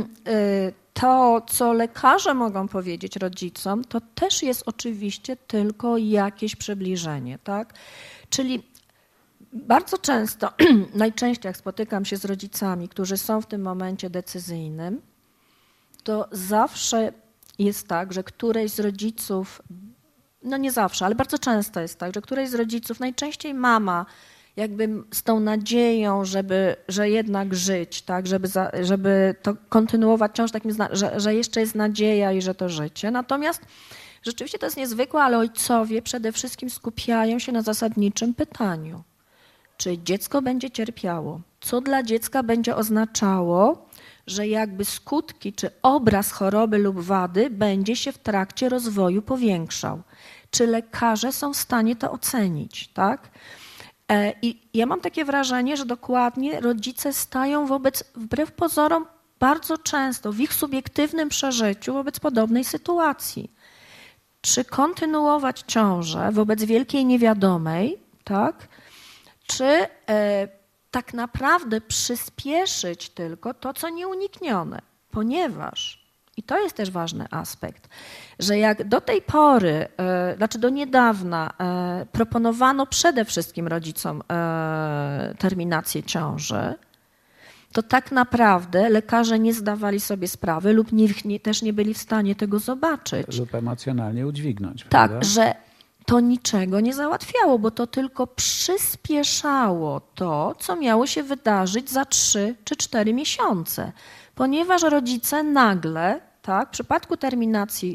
to, co lekarze mogą powiedzieć rodzicom, to też jest oczywiście tylko jakieś przybliżenie, tak? Czyli bardzo często, najczęściej jak spotykam się z rodzicami, którzy są w tym momencie decyzyjnym, to zawsze jest tak, że któreś z rodziców, no nie zawsze, ale bardzo często jest tak, że któreś z rodziców, najczęściej mama, jakby z tą nadzieją, żeby, że jednak żyć, tak, żeby, za, żeby to kontynuować ciąż takim, że, że jeszcze jest nadzieja i że to życie. Natomiast rzeczywiście to jest niezwykłe, ale ojcowie przede wszystkim skupiają się na zasadniczym pytaniu. Czy dziecko będzie cierpiało? Co dla dziecka będzie oznaczało, że jakby skutki czy obraz choroby lub wady będzie się w trakcie rozwoju powiększał? Czy lekarze są w stanie to ocenić, tak? I ja mam takie wrażenie, że dokładnie rodzice stają wobec, wbrew pozorom, bardzo często w ich subiektywnym przeżyciu wobec podobnej sytuacji. Czy kontynuować ciążę wobec wielkiej niewiadomej, tak? Czy e, tak naprawdę przyspieszyć tylko to, co nieuniknione, ponieważ, i to jest też ważny aspekt, że jak do tej pory, e, znaczy do niedawna e, proponowano przede wszystkim rodzicom e, terminację ciąży, to tak naprawdę lekarze nie zdawali sobie sprawy lub nie, nie, też nie byli w stanie tego zobaczyć. Lub emocjonalnie udźwignąć. Tak, prawda? że to niczego nie załatwiało, bo to tylko przyspieszało to, co miało się wydarzyć za trzy czy cztery miesiące. Ponieważ rodzice nagle, tak, w przypadku terminacji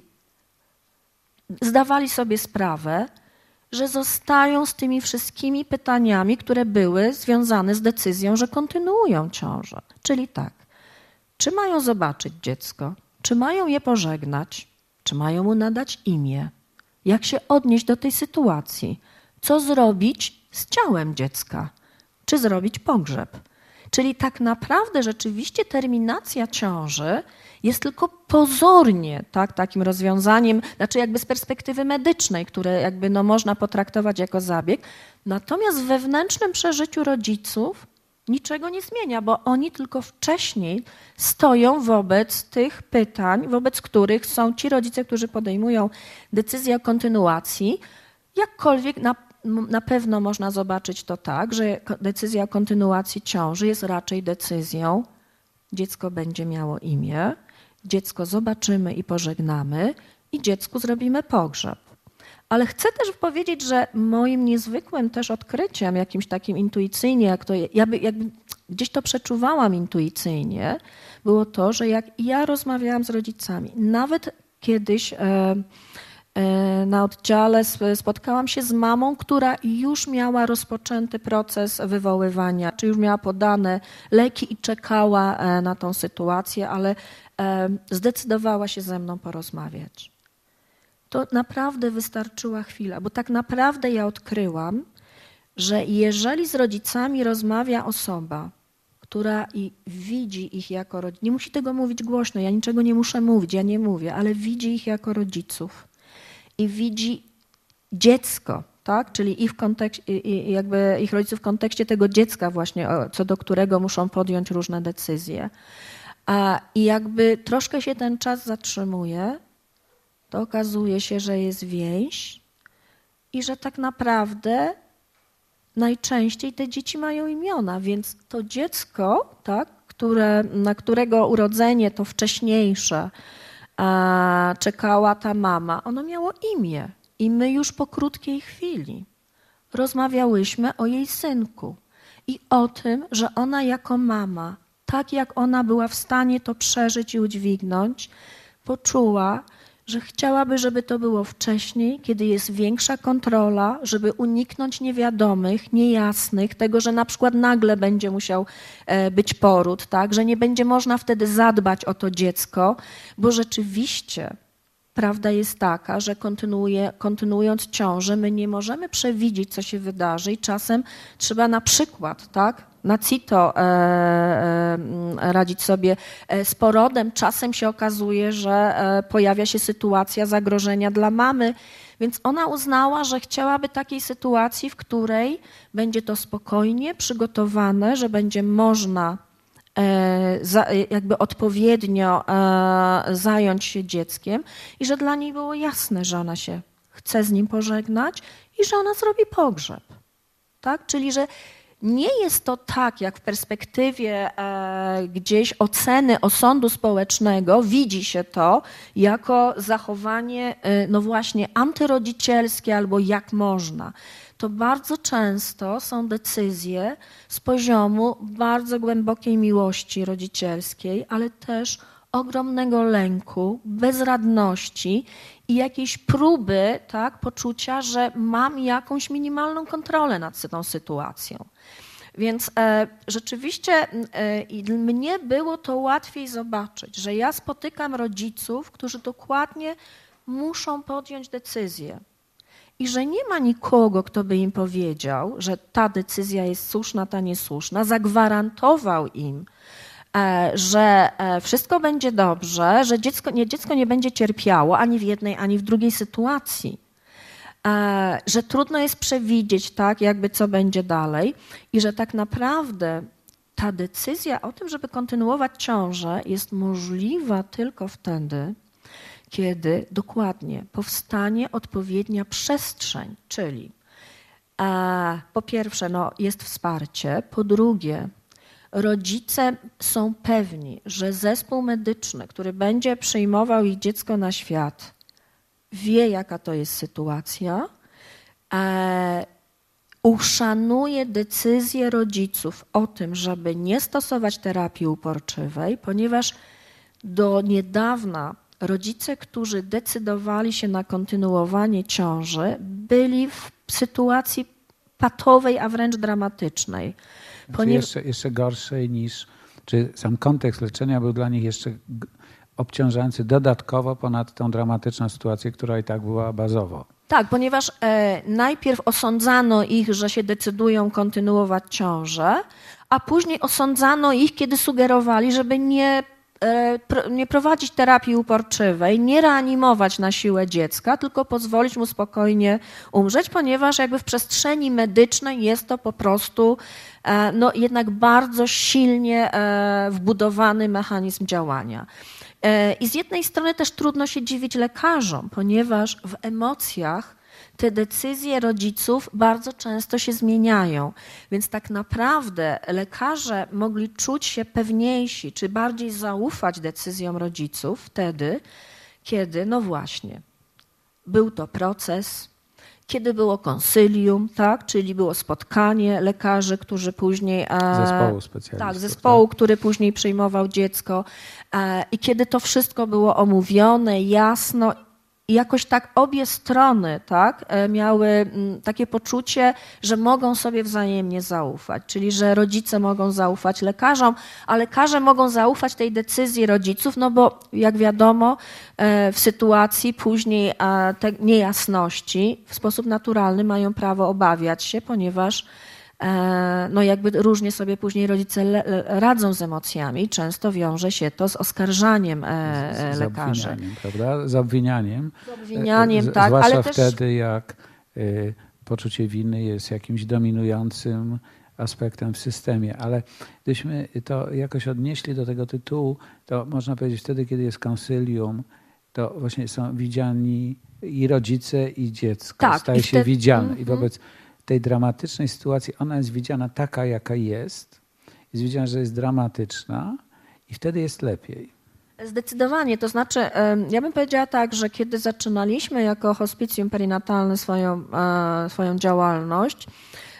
zdawali sobie sprawę, że zostają z tymi wszystkimi pytaniami, które były związane z decyzją, że kontynuują ciążę. Czyli tak, czy mają zobaczyć dziecko, czy mają je pożegnać, czy mają mu nadać imię, jak się odnieść do tej sytuacji, co zrobić z ciałem dziecka, czy zrobić pogrzeb. Czyli tak naprawdę rzeczywiście terminacja ciąży jest tylko pozornie, tak, takim rozwiązaniem, znaczy jakby z perspektywy medycznej, które jakby no można potraktować jako zabieg, natomiast w wewnętrznym przeżyciu rodziców niczego nie zmienia, bo oni tylko wcześniej stoją wobec tych pytań, wobec których są ci rodzice, którzy podejmują decyzję o kontynuacji, jakkolwiek na Na pewno można zobaczyć to tak, że decyzja o kontynuacji ciąży jest raczej decyzją, dziecko będzie miało imię, dziecko zobaczymy i pożegnamy i dziecku zrobimy pogrzeb. Ale chcę też powiedzieć, że moim niezwykłym też odkryciem, jakimś takim intuicyjnie, jak to ja by, jakby gdzieś to przeczuwałam intuicyjnie, było to, że jak ja rozmawiałam z rodzicami, nawet kiedyś e, na oddziale spotkałam się z mamą, która już miała rozpoczęty proces wywoływania, czy już miała podane leki i czekała na tą sytuację, ale zdecydowała się ze mną porozmawiać. To naprawdę wystarczyła chwila, bo tak naprawdę ja odkryłam, że jeżeli z rodzicami rozmawia osoba, która i widzi ich jako rodziców, nie musi tego mówić głośno, ja niczego nie muszę mówić, ja nie mówię, ale widzi ich jako rodziców, i widzi dziecko, tak? Czyli ich, w kontekście, jakby ich rodziców w kontekście tego dziecka właśnie, co do którego muszą podjąć różne decyzje. A, I jakby troszkę się ten czas zatrzymuje, to okazuje się, że jest więź i że tak naprawdę najczęściej te dzieci mają imiona, więc to dziecko, tak, które, na którego urodzenie to wcześniejsze a, czekała ta mama, ono miało imię i my już po krótkiej chwili rozmawiałyśmy o jej synku i o tym, że ona jako mama, tak jak ona była w stanie to przeżyć i udźwignąć, poczuła, że chciałaby, żeby to było wcześniej, kiedy jest większa kontrola, żeby uniknąć niewiadomych, niejasnych, tego, że na przykład nagle będzie musiał być poród, tak? Że nie będzie można wtedy zadbać o to dziecko, bo rzeczywiście prawda jest taka, że kontynuuje, kontynuując ciążę, my nie możemy przewidzieć, co się wydarzy i czasem trzeba na przykład, tak, na CITO e, e, radzić sobie z porodem. Czasem się okazuje, że e, pojawia się sytuacja zagrożenia dla mamy, więc ona uznała, że chciałaby takiej sytuacji, w której będzie to spokojnie przygotowane, że będzie można jakby odpowiednio zająć się dzieckiem i że dla niej było jasne, że ona się chce z nim pożegnać i że ona zrobi pogrzeb. Tak? Czyli, że nie jest to tak, jak w perspektywie gdzieś oceny osądu społecznego widzi się to jako zachowanie, no właśnie, antyrodzicielskie albo jak można. To bardzo często są decyzje z poziomu bardzo głębokiej miłości rodzicielskiej, ale też ogromnego lęku, bezradności i jakiejś próby, tak, poczucia, że mam jakąś minimalną kontrolę nad tą sytuacją. Więc e, rzeczywiście e, mnie było to łatwiej zobaczyć, że ja spotykam rodziców, którzy dokładnie muszą podjąć decyzję. I że nie ma nikogo, kto by im powiedział, że ta decyzja jest słuszna, ta niesłuszna, zagwarantował im, że wszystko będzie dobrze, że dziecko nie, dziecko nie będzie cierpiało ani w jednej, ani w drugiej sytuacji, że trudno jest przewidzieć, tak, jakby co będzie dalej i że tak naprawdę ta decyzja o tym, żeby kontynuować ciążę, jest możliwa tylko wtedy, kiedy dokładnie powstanie odpowiednia przestrzeń, czyli e, po pierwsze no, jest wsparcie, po drugie rodzice są pewni, że zespół medyczny, który będzie przyjmował ich dziecko na świat, wie jaka to jest sytuacja, e, uszanuje decyzję rodziców o tym, żeby nie stosować terapii uporczywej, ponieważ do niedawna rodzice, którzy decydowali się na kontynuowanie ciąży, byli w sytuacji patowej, a wręcz dramatycznej. Ponieważ... Jeszcze, jeszcze gorszej niż, czy sam kontekst leczenia był dla nich jeszcze obciążający dodatkowo ponad tą dramatyczną sytuację, która i tak była bazowo. Tak, ponieważ e, najpierw osądzano ich, że się decydują kontynuować ciążę, a później osądzano ich, kiedy sugerowali, żeby nie nie prowadzić terapii uporczywej, nie reanimować na siłę dziecka, tylko pozwolić mu spokojnie umrzeć, ponieważ jakby w przestrzeni medycznej jest to po prostu no, jednak bardzo silnie wbudowany mechanizm działania. I z jednej strony też trudno się dziwić lekarzom, ponieważ w emocjach te decyzje rodziców bardzo często się zmieniają, więc tak naprawdę lekarze mogli czuć się pewniejsi, czy bardziej zaufać decyzjom rodziców wtedy, kiedy, no właśnie, był to proces, kiedy było konsylium, tak, czyli było spotkanie lekarzy, którzy później... Zespołu specjalistów. Tak, zespołu, tak? który później przyjmował dziecko i kiedy to wszystko było omówione, jasno i jakoś tak obie strony, tak, miały takie poczucie, że mogą sobie wzajemnie zaufać, czyli że rodzice mogą zaufać lekarzom, a lekarze mogą zaufać tej decyzji rodziców, no bo jak wiadomo w sytuacji później te niejasności w sposób naturalny mają prawo obawiać się, ponieważ no jakby różnie sobie później rodzice radzą z emocjami. Często wiąże się to z oskarżaniem z, z lekarzy. Obwinianiem, prawda? Z obwinianiem. Z obwinianiem, z, tak. Zwłaszcza ale też... wtedy, jak y, poczucie winy jest jakimś dominującym aspektem w systemie. Ale gdybyśmy to jakoś odnieśli do tego tytułu, to można powiedzieć wtedy, kiedy jest konsylium, to właśnie są widziani i rodzice, i dziecko. Tak, Staje i się wtedy... widziane. Mm-hmm. I wobec tej dramatycznej sytuacji ona jest widziana taka, jaka jest, jest widziana, że jest dramatyczna i wtedy jest lepiej. Zdecydowanie, to znaczy ja bym powiedziała tak, że kiedy zaczynaliśmy jako hospicjum perinatalne swoją, swoją działalność,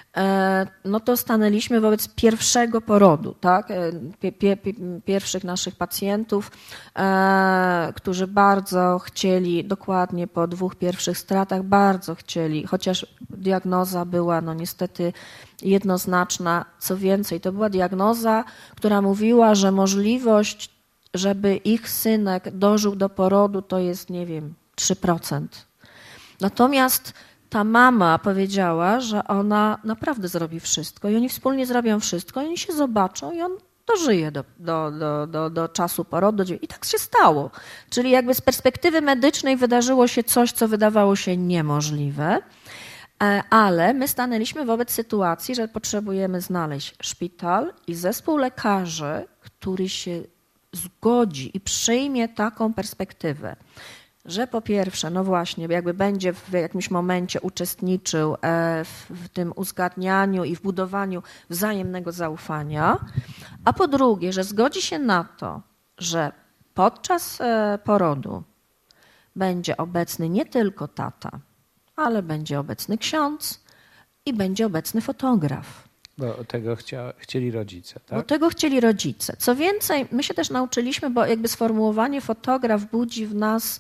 no to stanęliśmy wobec pierwszego porodu, tak? Pie, pie, pierwszych naszych pacjentów, e, którzy bardzo chcieli, dokładnie po dwóch pierwszych stratach, bardzo chcieli, chociaż diagnoza była no niestety jednoznaczna, co więcej, to była diagnoza, która mówiła, że możliwość, żeby ich synek dożył do porodu, to jest, nie wiem, trzy procent. Natomiast ta mama powiedziała, że ona naprawdę zrobi wszystko i oni wspólnie zrobią wszystko i oni się zobaczą i on dożyje do, do, do, do, do czasu porodu. I tak się stało. Czyli jakby z perspektywy medycznej wydarzyło się coś, co wydawało się niemożliwe, ale my stanęliśmy wobec sytuacji, że potrzebujemy znaleźć szpital i zespół lekarzy, który się zgodzi i przyjmie taką perspektywę, że po pierwsze, no właśnie, jakby będzie w jakimś momencie uczestniczył w tym uzgadnianiu i w budowaniu wzajemnego zaufania, a po drugie, że zgodzi się na to, że podczas porodu będzie obecny nie tylko tata, ale będzie obecny ksiądz i będzie obecny fotograf. Bo tego chcia, chcieli rodzice, tak? Bo tego chcieli rodzice. Co więcej, my się też nauczyliśmy, bo jakby sformułowanie fotograf budzi w nas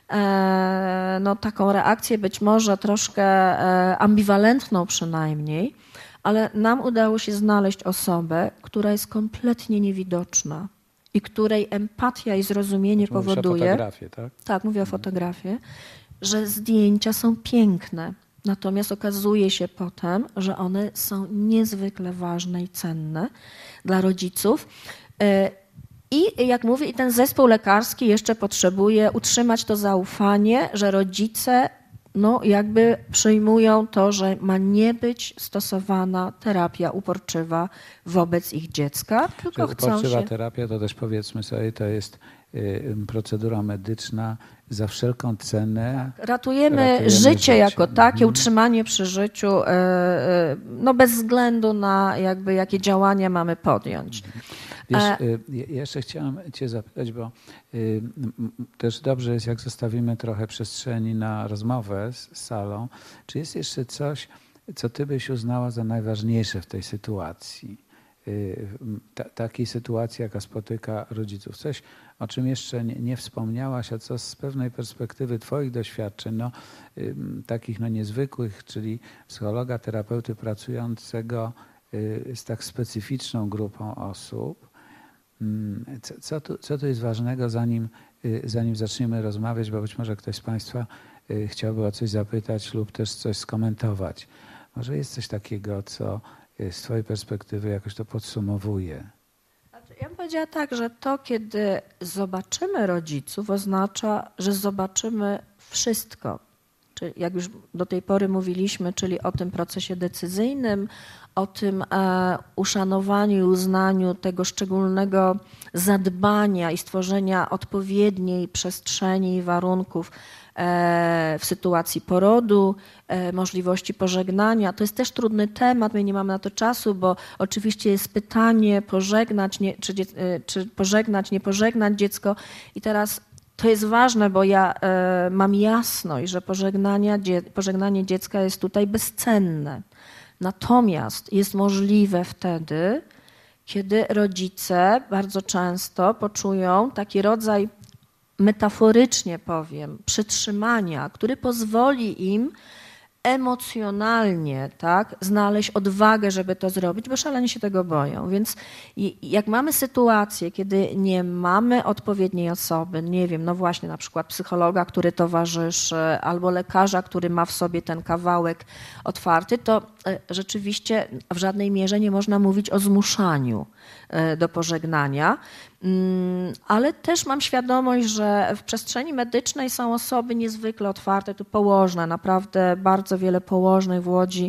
no, taką reakcję być może troszkę ambiwalentną przynajmniej, ale nam udało się znaleźć osobę, która jest kompletnie niewidoczna i której empatia i zrozumienie Mówisz powoduje, o fotografię, tak? Tak, mówię o fotografii, że zdjęcia są piękne, natomiast okazuje się potem, że one są niezwykle ważne i cenne dla rodziców. I jak mówię, i ten zespół lekarski jeszcze potrzebuje utrzymać to zaufanie, że rodzice no, jakby przyjmują to, że ma nie być stosowana terapia uporczywa wobec ich dziecka, tylko chcą uporczywa się... terapia to też powiedzmy sobie, to jest y, procedura medyczna za wszelką cenę. Tak, ratujemy, ratujemy życie, życie jako takie, mhm. utrzymanie przy życiu, y, y, no bez względu na jakby jakie działania mamy podjąć. Mhm. Wiesz, jeszcze chciałam cię zapytać, bo też dobrze jest, jak zostawimy trochę przestrzeni na rozmowę z salą. Czy jest jeszcze coś, co ty byś uznała za najważniejsze w tej sytuacji? Ta, takiej sytuacji, jaka spotyka rodziców. Coś, o czym jeszcze nie, nie wspomniałaś, a co z pewnej perspektywy twoich doświadczeń, no, takich no, niezwykłych, czyli psychologa, terapeuty pracującego z tak specyficzną grupą osób. Co, co, tu, co tu jest ważnego, zanim, zanim zaczniemy rozmawiać, bo być może ktoś z państwa chciałby o coś zapytać lub też coś skomentować. Może jest coś takiego, co z twojej perspektywy jakoś to podsumowuje? Ja bym powiedziała tak, że to, kiedy zobaczymy rodziców, oznacza, że zobaczymy wszystko. Czyli jak już do tej pory mówiliśmy, czyli o tym procesie decyzyjnym, o tym e, uszanowaniu i uznaniu tego szczególnego zadbania i stworzenia odpowiedniej przestrzeni i warunków e, w sytuacji porodu, e, możliwości pożegnania. To jest też trudny temat, my nie mamy na to czasu, bo oczywiście jest pytanie pożegnać, nie, czy, czy pożegnać, nie pożegnać dziecko i teraz to jest ważne, bo ja e, mam jasność, że pożegnania, dzie, pożegnanie dziecka jest tutaj bezcenne. Natomiast jest możliwe wtedy, kiedy rodzice bardzo często poczują taki rodzaj, metaforycznie powiem, przytrzymania, który pozwoli im emocjonalnie, tak, znaleźć odwagę, żeby to zrobić, bo szalenie się tego boją. Więc jak mamy sytuację, kiedy nie mamy odpowiedniej osoby, nie wiem, no właśnie na przykład psychologa, który towarzyszy, albo lekarza, który ma w sobie ten kawałek otwarty, to rzeczywiście w żadnej mierze nie można mówić o zmuszaniu do pożegnania. Ale też mam świadomość, że w przestrzeni medycznej są osoby niezwykle otwarte, tu położne, naprawdę bardzo wiele położnych w Łodzi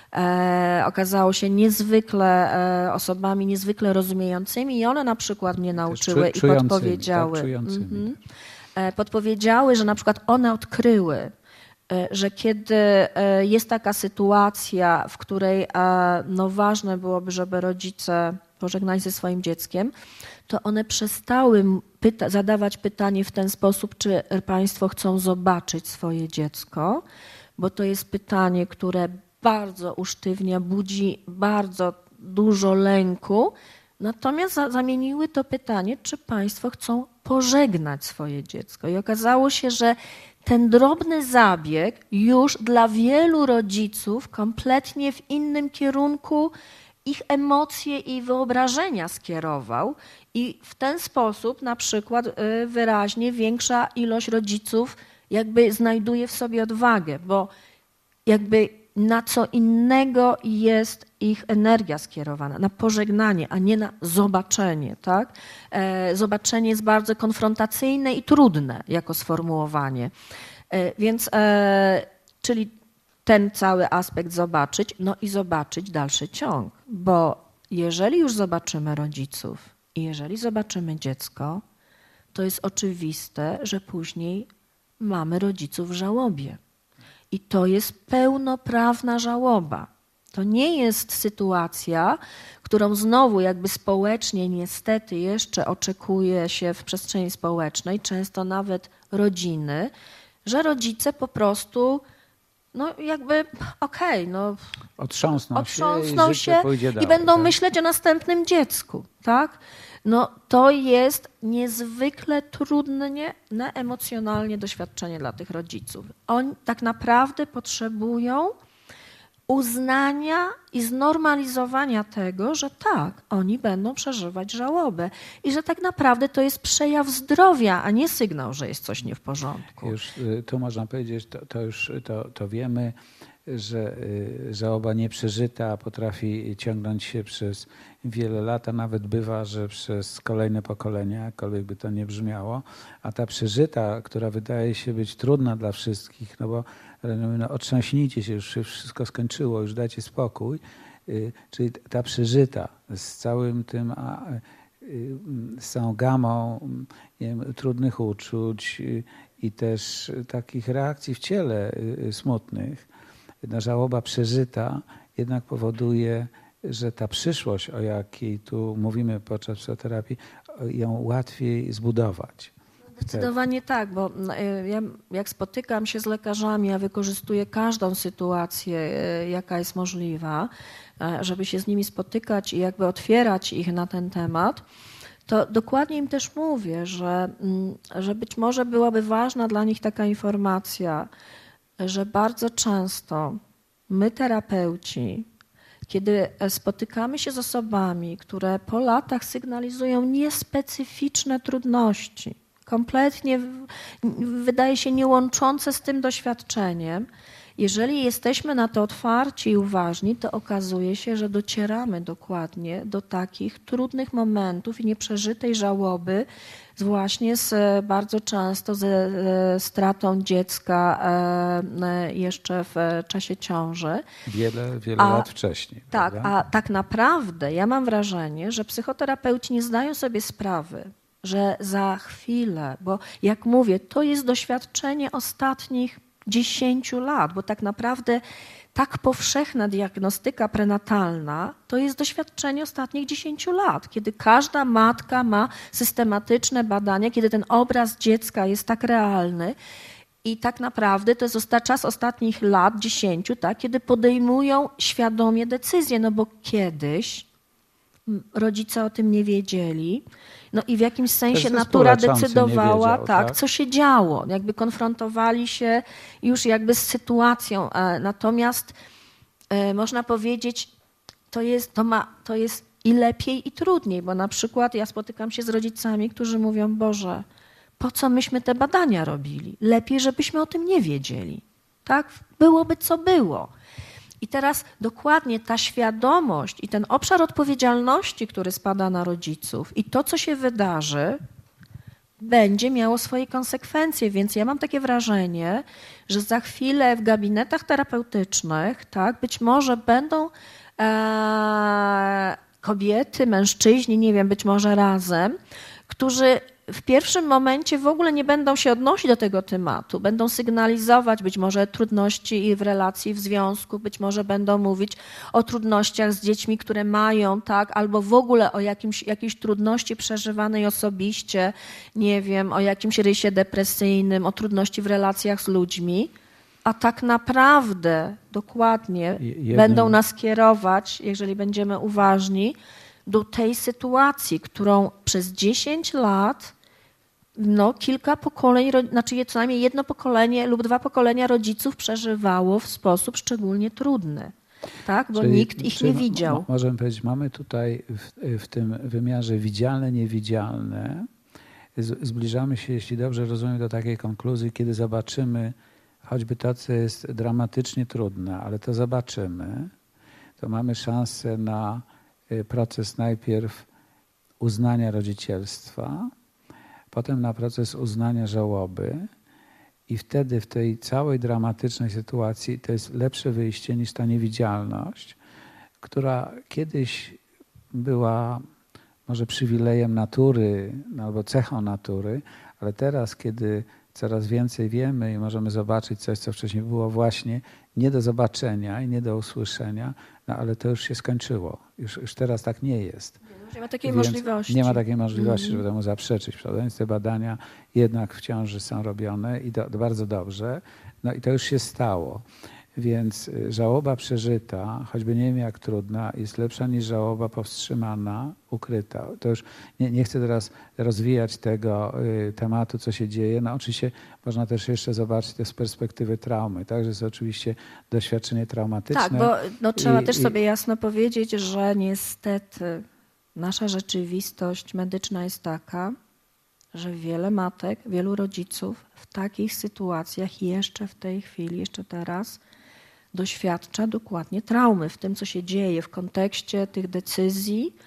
e, okazało się niezwykle e, osobami niezwykle rozumiejącymi i one na przykład mnie nauczyły czu, i podpowiedziały, tak, mm-hmm, e, podpowiedziały, że na przykład one odkryły, że kiedy jest taka sytuacja, w której no ważne byłoby, żeby rodzice pożegnali ze swoim dzieckiem, to one przestały pyta- zadawać pytanie w ten sposób, czy państwo chcą zobaczyć swoje dziecko, bo to jest pytanie, które bardzo usztywnia, budzi bardzo dużo lęku. Natomiast za- zamieniły to pytanie, czy państwo chcą pożegnać swoje dziecko. I okazało się, że ten drobny zabieg już dla wielu rodziców kompletnie w innym kierunku ich emocje i wyobrażenia skierował i w ten sposób na przykład wyraźnie większa ilość rodziców jakby znajduje w sobie odwagę, bo jakby na co innego jest ich energia skierowana, na pożegnanie, a nie na zobaczenie. Tak? Zobaczenie jest bardzo konfrontacyjne i trudne jako sformułowanie. Więc, czyli ten cały aspekt zobaczyć, no i zobaczyć dalszy ciąg, bo jeżeli już zobaczymy rodziców i jeżeli zobaczymy dziecko, to jest oczywiste, że później mamy rodziców w żałobie. I to jest pełnoprawna żałoba. To nie jest sytuacja, którą znowu jakby społecznie niestety jeszcze oczekuje się w przestrzeni społecznej, często nawet rodziny, że rodzice po prostu no jakby okej, okay, no otrząsną, otrząsną się, się i, się dalej, i będą tak? myśleć o następnym dziecku, tak? No to jest niezwykle trudne emocjonalnie doświadczenie dla tych rodziców. Oni tak naprawdę potrzebują uznania i znormalizowania tego, że tak, oni będą przeżywać żałobę i że tak naprawdę to jest przejaw zdrowia, a nie sygnał, że jest coś nie w porządku. Już tu można powiedzieć, to, to już to, to wiemy, że żałoba nieprzeżyta potrafi ciągnąć się przez wiele lat, a nawet bywa, że przez kolejne pokolenia, jakkolwiek by to nie brzmiało, a ta przeżyta, która wydaje się być trudna dla wszystkich, no bo no, otrząśnijcie się, już się wszystko skończyło, już dajcie spokój, czyli ta przeżyta z całym tym, z całą gamą nie wiem, trudnych uczuć i też takich reakcji w ciele smutnych, ta żałoba przeżyta jednak powoduje, że ta przyszłość, o jakiej tu mówimy podczas psychoterapii, ją łatwiej zbudować. Zdecydowanie tak, bo ja jak spotykam się z lekarzami, ja wykorzystuję każdą sytuację, jaka jest możliwa, żeby się z nimi spotykać i jakby otwierać ich na ten temat, to dokładnie im też mówię, że, że być może byłaby ważna dla nich taka informacja, że bardzo często my, terapeuci, kiedy spotykamy się z osobami, które po latach sygnalizują niespecyficzne trudności, kompletnie wydaje się niełączące z tym doświadczeniem, jeżeli jesteśmy na to otwarci i uważni, to okazuje się, że docieramy dokładnie do takich trudnych momentów i nieprzeżytej żałoby, właśnie z, bardzo często ze stratą dziecka jeszcze w czasie ciąży. Wiele, wiele a, lat wcześniej. Tak, prawda? A tak naprawdę ja mam wrażenie, że psychoterapeuci nie zdają sobie sprawy, że za chwilę, bo jak mówię, to jest doświadczenie ostatnich dziesięciu lat, bo tak naprawdę tak powszechna diagnostyka prenatalna to jest doświadczenie ostatnich dziesięciu lat, kiedy każda matka ma systematyczne badania, kiedy ten obraz dziecka jest tak realny i tak naprawdę to jest czas ostatnich lat, dziesięciu, tak, kiedy podejmują świadomie decyzje, no bo kiedyś rodzice o tym nie wiedzieli. No i w jakimś sensie natura decydowała, wiedział, tak, tak, co się działo. Jakby konfrontowali się już jakby z sytuacją. Natomiast e, można powiedzieć, to jest, to, ma, to jest i lepiej, i trudniej, bo na przykład ja spotykam się z rodzicami, którzy mówią, Boże, po co myśmy te badania robili? Lepiej, żebyśmy o tym nie wiedzieli. Tak? Byłoby co było. I teraz dokładnie ta świadomość i ten obszar odpowiedzialności, który spada na rodziców i to, co się wydarzy, będzie miało swoje konsekwencje. Więc ja mam takie wrażenie, że za chwilę w gabinetach terapeutycznych, tak, być może będą e, kobiety, mężczyźni, nie wiem, być może razem, którzy w pierwszym momencie w ogóle nie będą się odnosić do tego tematu, będą sygnalizować być może trudności w relacji, w związku, być może będą mówić o trudnościach z dziećmi, które mają, tak, albo w ogóle o jakimś, jakiejś trudności przeżywanej osobiście, nie wiem, o jakimś rysie depresyjnym, o trudności w relacjach z ludźmi, a tak naprawdę dokładnie Jednym... będą nas kierować, jeżeli będziemy uważni, do tej sytuacji, którą przez dziesięć lat no, kilka pokoleń, znaczy co najmniej jedno pokolenie lub dwa pokolenia rodziców przeżywało w sposób szczególnie trudny, tak? Bo czyli, nikt ich nie widział. Możemy powiedzieć, mamy tutaj w, w tym wymiarze widzialne, niewidzialne. Zbliżamy się, jeśli dobrze rozumiem, do takiej konkluzji, kiedy zobaczymy, choćby to, co jest dramatycznie trudne, ale to zobaczymy, to mamy szansę na proces najpierw uznania rodzicielstwa, potem na proces uznania żałoby i wtedy w tej całej dramatycznej sytuacji to jest lepsze wyjście niż ta niewidzialność, która kiedyś była może przywilejem natury albo cechą natury, ale teraz, kiedy coraz więcej wiemy i możemy zobaczyć coś, co wcześniej było właśnie nie do zobaczenia i nie do usłyszenia, no ale to już się skończyło. Już, już teraz tak nie jest. Nie ma takiej Więc możliwości. Nie ma takiej możliwości, żeby temu zaprzeczyć. Prawda? Więc te badania jednak w ciąży są robione i do, bardzo dobrze. No i to już się stało. Więc żałoba przeżyta, choćby nie wiem jak trudna, jest lepsza niż żałoba powstrzymana, ukryta. To już nie, nie chcę teraz rozwijać tego y, tematu, co się dzieje. No oczywiście można też jeszcze zobaczyć to z perspektywy traumy. Tak, że jest oczywiście doświadczenie traumatyczne. Tak, bo no, trzeba I, też sobie i... jasno powiedzieć, że niestety nasza rzeczywistość medyczna jest taka, że wiele matek, wielu rodziców w takich sytuacjach jeszcze w tej chwili, jeszcze teraz doświadcza dokładnie traumy w tym, co się dzieje w kontekście tych decyzji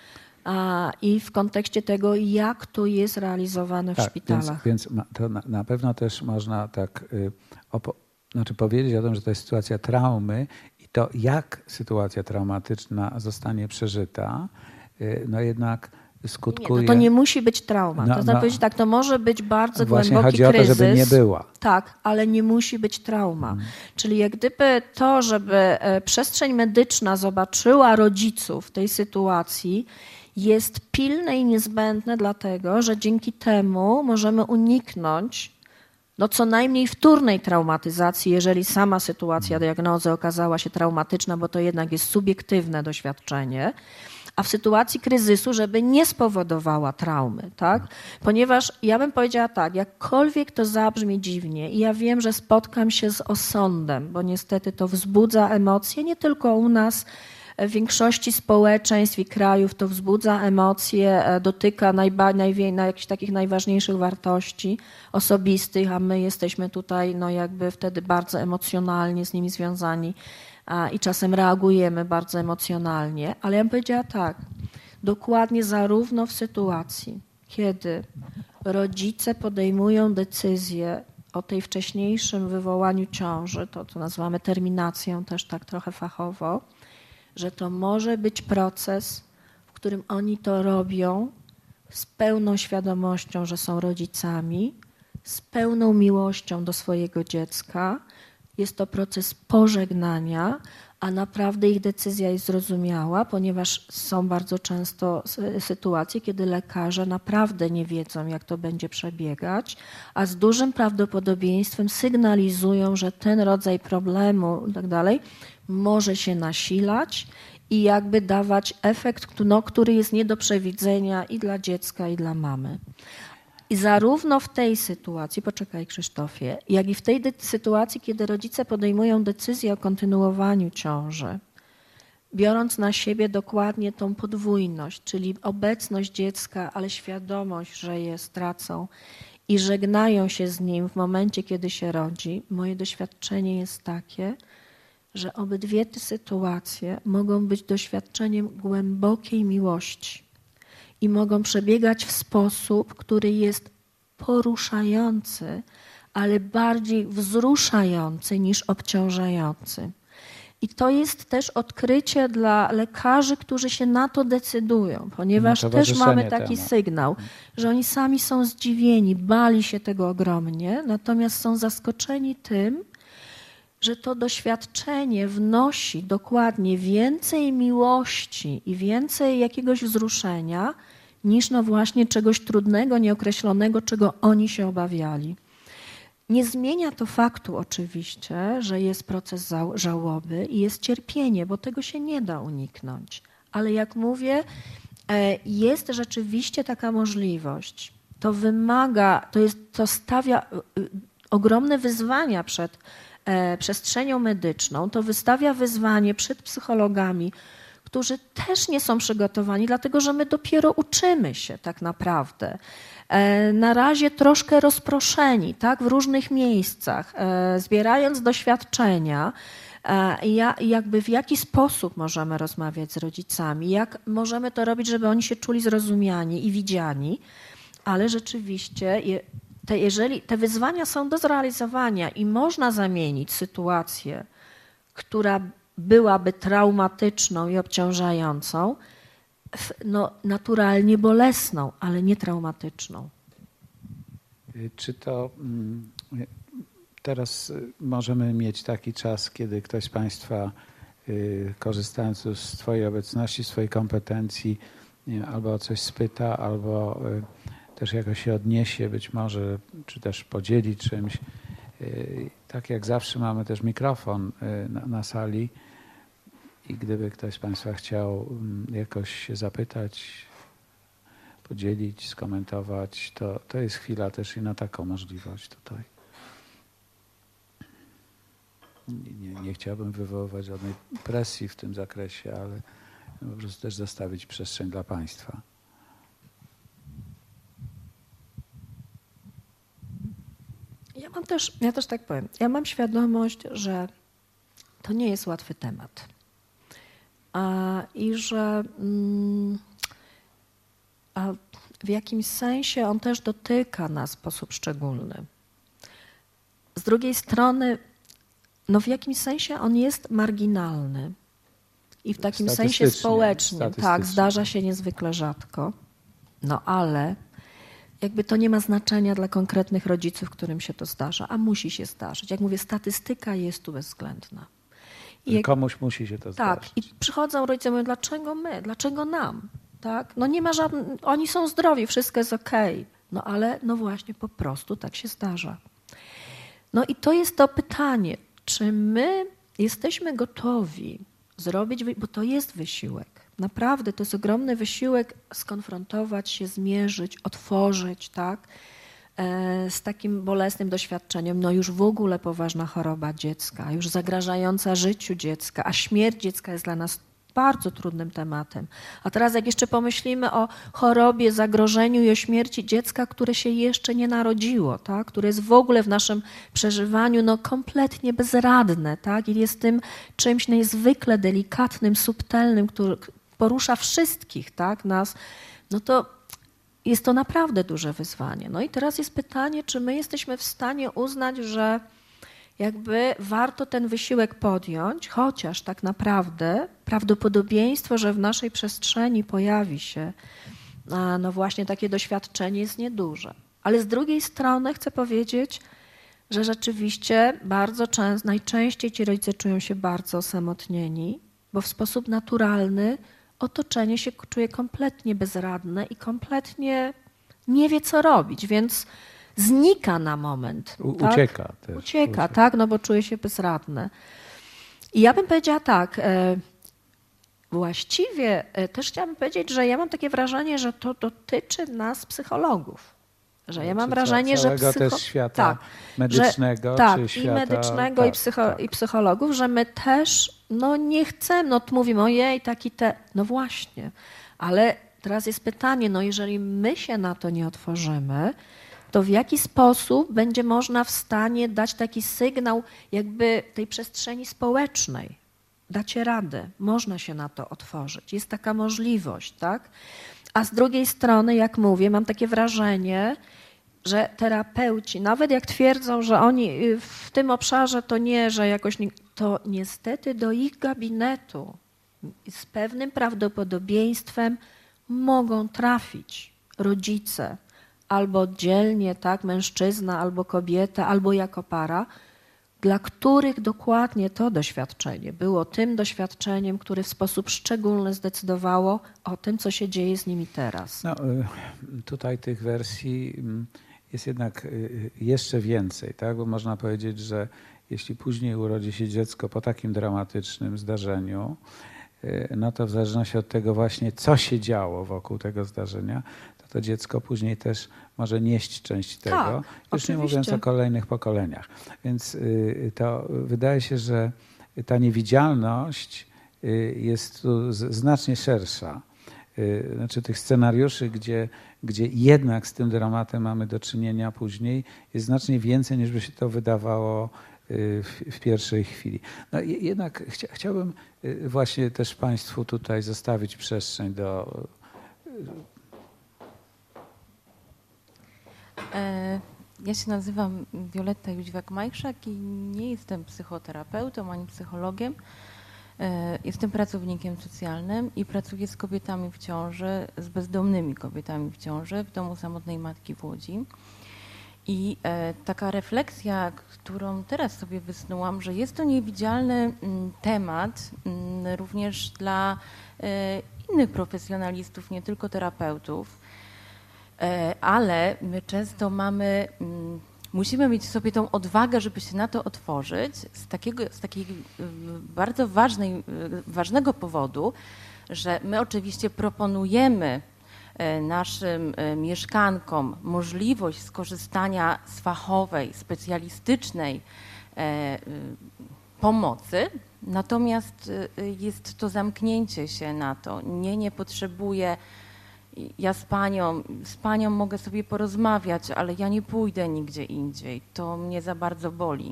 a, i w kontekście tego, jak to jest realizowane w tak, szpitalach. Więc, więc to na, na pewno też można tak y, opo- znaczy powiedzieć o tym, że to jest sytuacja traumy i to, jak sytuacja traumatyczna zostanie przeżyta, y, no jednak skutkuje... Nie, no to nie musi być trauma. No, to znaczy no, powiedzieć tak, to może być bardzo właśnie głęboki chodzi kryzys. o to, żeby nie była. Tak, ale nie musi być trauma. Hmm. Czyli jak gdyby to, żeby przestrzeń medyczna zobaczyła rodziców w tej sytuacji, jest pilne i niezbędne dlatego, że dzięki temu możemy uniknąć no co najmniej wtórnej traumatyzacji, jeżeli sama sytuacja diagnozy okazała się traumatyczna, bo to jednak jest subiektywne doświadczenie, a w sytuacji kryzysu, żeby nie spowodowała traumy, tak? Ponieważ ja bym powiedziała tak, jakkolwiek to zabrzmi dziwnie i ja wiem, że spotkam się z osądem, bo niestety to wzbudza emocje, nie tylko u nas, w większości społeczeństw i krajów to wzbudza emocje, dotyka najba, najwie, na jakichś takich najważniejszych wartości osobistych, a my jesteśmy tutaj no jakby wtedy bardzo emocjonalnie z nimi związani a, i czasem reagujemy bardzo emocjonalnie. Ale ja bym powiedziała tak, dokładnie zarówno w sytuacji, kiedy rodzice podejmują decyzję o tej wcześniejszym wywołaniu ciąży, to co nazywamy terminacją też tak trochę fachowo, że to może być proces, w którym oni to robią z pełną świadomością, że są rodzicami, z pełną miłością do swojego dziecka. Jest to proces pożegnania, a naprawdę ich decyzja jest zrozumiała, ponieważ są bardzo często sytuacje, kiedy lekarze naprawdę nie wiedzą, jak to będzie przebiegać, a z dużym prawdopodobieństwem sygnalizują, że ten rodzaj problemu i tak dalej może się nasilać i jakby dawać efekt, no, który jest nie do przewidzenia i dla dziecka, i dla mamy. I zarówno w tej sytuacji, poczekaj Krzysztofie, jak i w tej de- sytuacji, kiedy rodzice podejmują decyzję o kontynuowaniu ciąży, biorąc na siebie dokładnie tą podwójność, czyli obecność dziecka, ale świadomość, że je stracą i żegnają się z nim w momencie, kiedy się rodzi, moje doświadczenie jest takie, że obydwie te sytuacje mogą być doświadczeniem głębokiej miłości i mogą przebiegać w sposób, który jest poruszający, ale bardziej wzruszający niż obciążający. I to jest też odkrycie dla lekarzy, którzy się na to decydują, ponieważ No, też mamy taki temu. sygnał, że oni sami są zdziwieni, bali się tego ogromnie, natomiast są zaskoczeni tym, że to doświadczenie wnosi dokładnie więcej miłości i więcej jakiegoś wzruszenia niż no właśnie czegoś trudnego, nieokreślonego, czego oni się obawiali. Nie zmienia to faktu oczywiście, że jest proces żałoby i jest cierpienie, bo tego się nie da uniknąć. Ale jak mówię, jest rzeczywiście taka możliwość. To wymaga, to, jest, to stawia ogromne wyzwania przed przestrzenią medyczną, to wystawia wyzwanie przed psychologami, którzy też nie są przygotowani, dlatego że my dopiero uczymy się tak naprawdę. Na razie troszkę rozproszeni, tak, w różnych miejscach, zbierając doświadczenia, jakby w jaki sposób możemy rozmawiać z rodzicami, jak możemy to robić, żeby oni się czuli zrozumiani i widziani, ale rzeczywiście te, jeżeli te wyzwania są do zrealizowania i można zamienić sytuację, która byłaby traumatyczną i obciążającą, no, naturalnie bolesną, ale nie traumatyczną. Czy to teraz możemy mieć taki czas, kiedy ktoś z Państwa, korzystając z Twojej obecności, swojej kompetencji, nie wiem, albo o coś spyta, albo też jakoś się odniesie, być może, czy też podzieli czymś. Tak jak zawsze mamy też mikrofon na, na sali i gdyby ktoś z Państwa chciał jakoś się zapytać, podzielić, skomentować, to, to jest chwila też i na taką możliwość tutaj. Nie, nie, nie chciałbym wywoływać żadnej presji w tym zakresie, ale po prostu też zostawić przestrzeń dla Państwa. Ja mam też, ja też tak powiem, ja mam świadomość, że to nie jest łatwy temat. A, I że mm, a w jakimś sensie on też dotyka nas w sposób szczególny. Z drugiej strony, no w jakimś sensie on jest marginalny i w takim sensie społecznym. Tak, zdarza się niezwykle rzadko, no ale jakby to nie ma znaczenia dla konkretnych rodziców, którym się to zdarza, a musi się zdarzyć. Jak mówię, statystyka jest tu bezwzględna. I jak, komuś musi się to zdarzyć. Tak, i przychodzą rodzice i mówią, dlaczego my, dlaczego nam? Tak? No nie ma żadnych, oni są zdrowi, wszystko jest okej. No ale no właśnie po prostu tak się zdarza. No i to jest to pytanie, czy my jesteśmy gotowi zrobić, bo to jest wysiłek. Naprawdę to jest ogromny wysiłek skonfrontować się, zmierzyć, otworzyć, tak, e, z takim bolesnym doświadczeniem. No już w ogóle poważna choroba dziecka, już zagrażająca życiu dziecka, a śmierć dziecka jest dla nas bardzo trudnym tematem. A teraz jak jeszcze pomyślimy o chorobie, zagrożeniu i o śmierci dziecka, które się jeszcze nie narodziło, tak? Które jest w ogóle w naszym przeżywaniu no, kompletnie bezradne, tak? I jest tym czymś niezwykle delikatnym, subtelnym, który porusza wszystkich, tak? Nas, no to jest to naprawdę duże wyzwanie. No i teraz jest pytanie, czy my jesteśmy w stanie uznać, że jakby warto ten wysiłek podjąć, chociaż tak naprawdę prawdopodobieństwo, że w naszej przestrzeni pojawi się no właśnie takie doświadczenie jest nieduże. Ale z drugiej strony chcę powiedzieć, że rzeczywiście bardzo często, najczęściej ci rodzice czują się bardzo osamotnieni, bo w sposób naturalny otoczenie się czuje kompletnie bezradne i kompletnie nie wie, co robić, więc znika na moment. U, tak? Ucieka też. Ucieka, ucieka, tak, no bo czuje się bezradne. I ja bym powiedziała tak, e, właściwie e, też chciałabym powiedzieć, że ja mam takie wrażenie, że to dotyczy nas psychologów. Że ja mam wrażenie, że psycho... też świata tak, medycznego, że, tak, czy świata... i medycznego, tak, i, psycho... tak. i psychologów, że my też no nie chcemy, no mówimy, ojej, taki te... No właśnie, ale teraz jest pytanie, no jeżeli my się na to nie otworzymy, to w jaki sposób będzie można w stanie dać taki sygnał jakby tej przestrzeni społecznej. Dacie radę, można się na to otworzyć, jest taka możliwość, tak? A z drugiej strony, jak mówię, mam takie wrażenie, że terapeuci, nawet jak twierdzą, że oni w tym obszarze to nie, że jakoś nie, to niestety do ich gabinetu z pewnym prawdopodobieństwem mogą trafić rodzice albo oddzielnie, tak, mężczyzna albo kobieta, albo jako para, dla których dokładnie to doświadczenie było tym doświadczeniem, które w sposób szczególny zdecydowało o tym, co się dzieje z nimi teraz. No, tutaj tych wersji jest jednak jeszcze więcej, tak? Bo można powiedzieć, że jeśli później urodzi się dziecko po takim dramatycznym zdarzeniu, no to w zależności od tego właśnie, co się działo wokół tego zdarzenia, to to dziecko później też może nieść część tego, tak, już oczywiście. nie mówiąc o kolejnych pokoleniach. Więc to wydaje się, że ta niewidzialność jest tu znacznie szersza. Znaczy tych scenariuszy, gdzie, gdzie jednak z tym dramatem mamy do czynienia później, jest znacznie więcej, niż by się to wydawało w, w pierwszej chwili. No jednak chcia, chciałbym właśnie też Państwu tutaj zostawić przestrzeń do... Ja się nazywam Wioletta Jóźwiak-Majchrzak i nie jestem psychoterapeutą ani psychologiem. Jestem pracownikiem socjalnym i pracuję z kobietami w ciąży, z bezdomnymi kobietami w ciąży w domu samotnej matki w Łodzi. I e, taka refleksja, którą teraz sobie wysnułam, że jest to niewidzialny m, temat m, również dla e, innych profesjonalistów, nie tylko terapeutów, e, ale my często mamy, m, musimy mieć w sobie tą odwagę, żeby się na to otworzyć z takiego, z takiego bardzo ważnej, ważnego powodu, że my oczywiście proponujemy naszym mieszkankom możliwość skorzystania z fachowej, specjalistycznej pomocy, natomiast jest to zamknięcie się na to. Nie, nie potrzebuję, ja z panią, z panią mogę sobie porozmawiać, ale ja nie pójdę nigdzie indziej, to mnie za bardzo boli.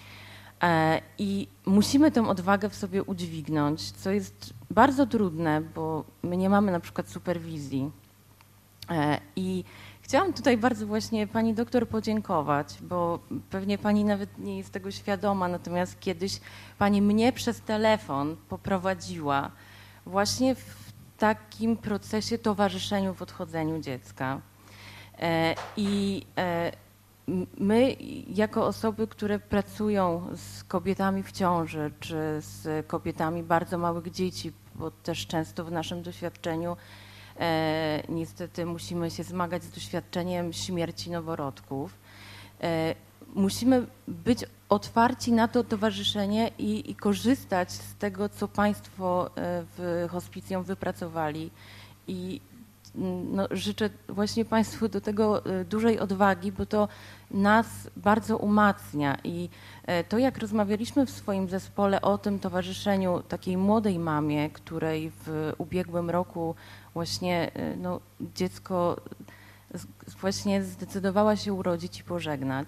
I musimy tę odwagę w sobie udźwignąć, co jest bardzo trudne, bo my nie mamy na przykład superwizji. I chciałam tutaj bardzo właśnie pani doktor podziękować, bo pewnie pani nawet nie jest tego świadoma, natomiast kiedyś pani mnie przez telefon poprowadziła właśnie w takim procesie towarzyszeniu w odchodzeniu dziecka. I my jako osoby, które pracują z kobietami w ciąży, czy z kobietami bardzo małych dzieci, bo też często w naszym doświadczeniu E, niestety musimy się zmagać z doświadczeniem śmierci noworodków. E, musimy być otwarci na to towarzyszenie i, i korzystać z tego, co Państwo w hospicjum wypracowali. I no, życzę właśnie Państwu do tego dużej odwagi, bo to nas bardzo umacnia. I to, jak rozmawialiśmy w swoim zespole o tym towarzyszeniu takiej młodej mamie, której w ubiegłym roku właśnie no, dziecko właśnie zdecydowała się urodzić i pożegnać.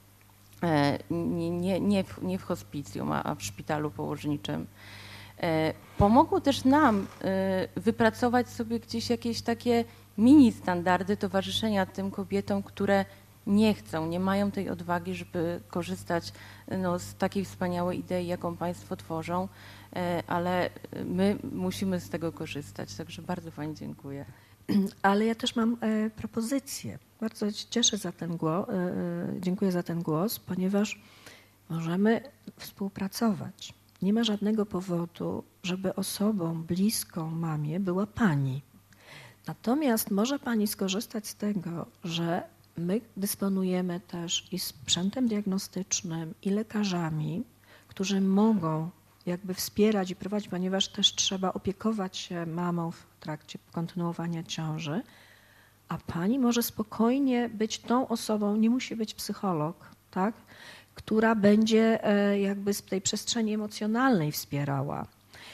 Nie, nie, nie, w, nie w hospicjum, a w szpitalu położniczym. Pomogło też nam wypracować sobie gdzieś jakieś takie mini standardy towarzyszenia tym kobietom, które nie chcą, nie mają tej odwagi, żeby korzystać no, z takiej wspaniałej idei, jaką Państwo tworzą, ale my musimy z tego korzystać. Także bardzo Pani dziękuję. Ale ja też mam e, propozycję. Bardzo się cieszę za ten głos, e, dziękuję za ten głos, ponieważ możemy współpracować. Nie ma żadnego powodu, żeby osobą bliską mamie była Pani. Natomiast może Pani skorzystać z tego, że my dysponujemy też i sprzętem diagnostycznym, i lekarzami, którzy mogą jakby wspierać i prowadzić, ponieważ też trzeba opiekować się mamą w trakcie kontynuowania ciąży, a Pani może spokojnie być tą osobą, nie musi być psycholog, tak, która będzie jakby z tej przestrzeni emocjonalnej wspierała.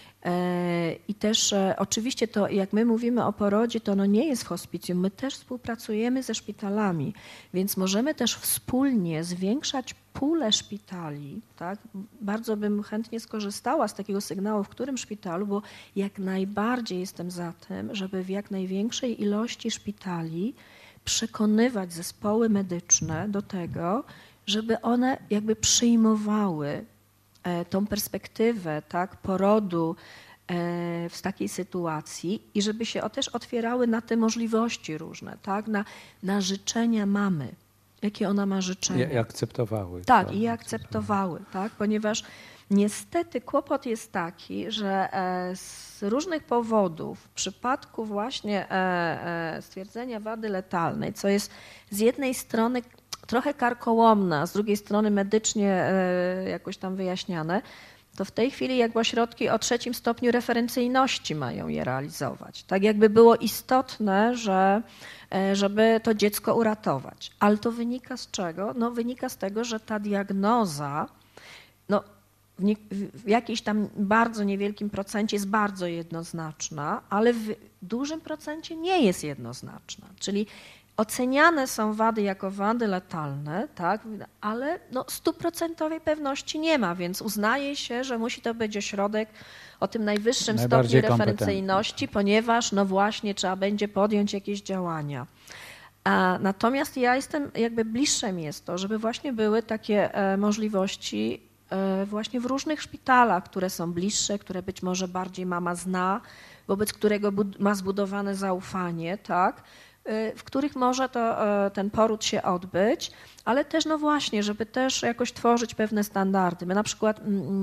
I też oczywiście to, jak my mówimy o porodzie, to ono nie jest w hospicjum, my też współpracujemy ze szpitalami, więc możemy też wspólnie zwiększać pulę szpitali. Tak? Bardzo bym chętnie skorzystała z takiego sygnału, w którym szpitalu, bo jak najbardziej jestem za tym, żeby w jak największej ilości szpitali przekonywać zespoły medyczne do tego, żeby one jakby przyjmowały tą perspektywę, tak, porodu w takiej sytuacji i żeby się też otwierały na te możliwości różne, tak, na, na życzenia mamy, jakie ona ma życzenia. I akceptowały. Tak, to, i akceptowały, tak, ponieważ niestety kłopot jest taki, że z różnych powodów w przypadku właśnie stwierdzenia wady letalnej, co jest z jednej strony trochę karkołomne, a z drugiej strony medycznie jakoś tam wyjaśniane, to w tej chwili jakby ośrodki o trzecim stopniu referencyjności mają je realizować. Tak jakby było istotne, że, żeby to dziecko uratować. Ale to wynika z czego? No wynika z tego, że ta diagnoza no, w, nie, w jakiejś tam bardzo niewielkim procencie jest bardzo jednoznaczna, ale w dużym procencie nie jest jednoznaczna. Czyli oceniane są wady jako wady letalne, tak, ale no stuprocentowej pewności nie ma, więc uznaje się, że musi to być ośrodek o tym najwyższym stopniu referencyjności, ponieważ no właśnie trzeba będzie podjąć jakieś działania. A natomiast ja jestem, jakby bliższe mi jest to, żeby właśnie były takie e, możliwości e, właśnie w różnych szpitalach, które są bliższe, które być może bardziej mama zna, wobec którego bud- ma zbudowane zaufanie, tak, w których może to, ten poród się odbyć, ale też no właśnie, żeby też jakoś tworzyć pewne standardy. My na przykład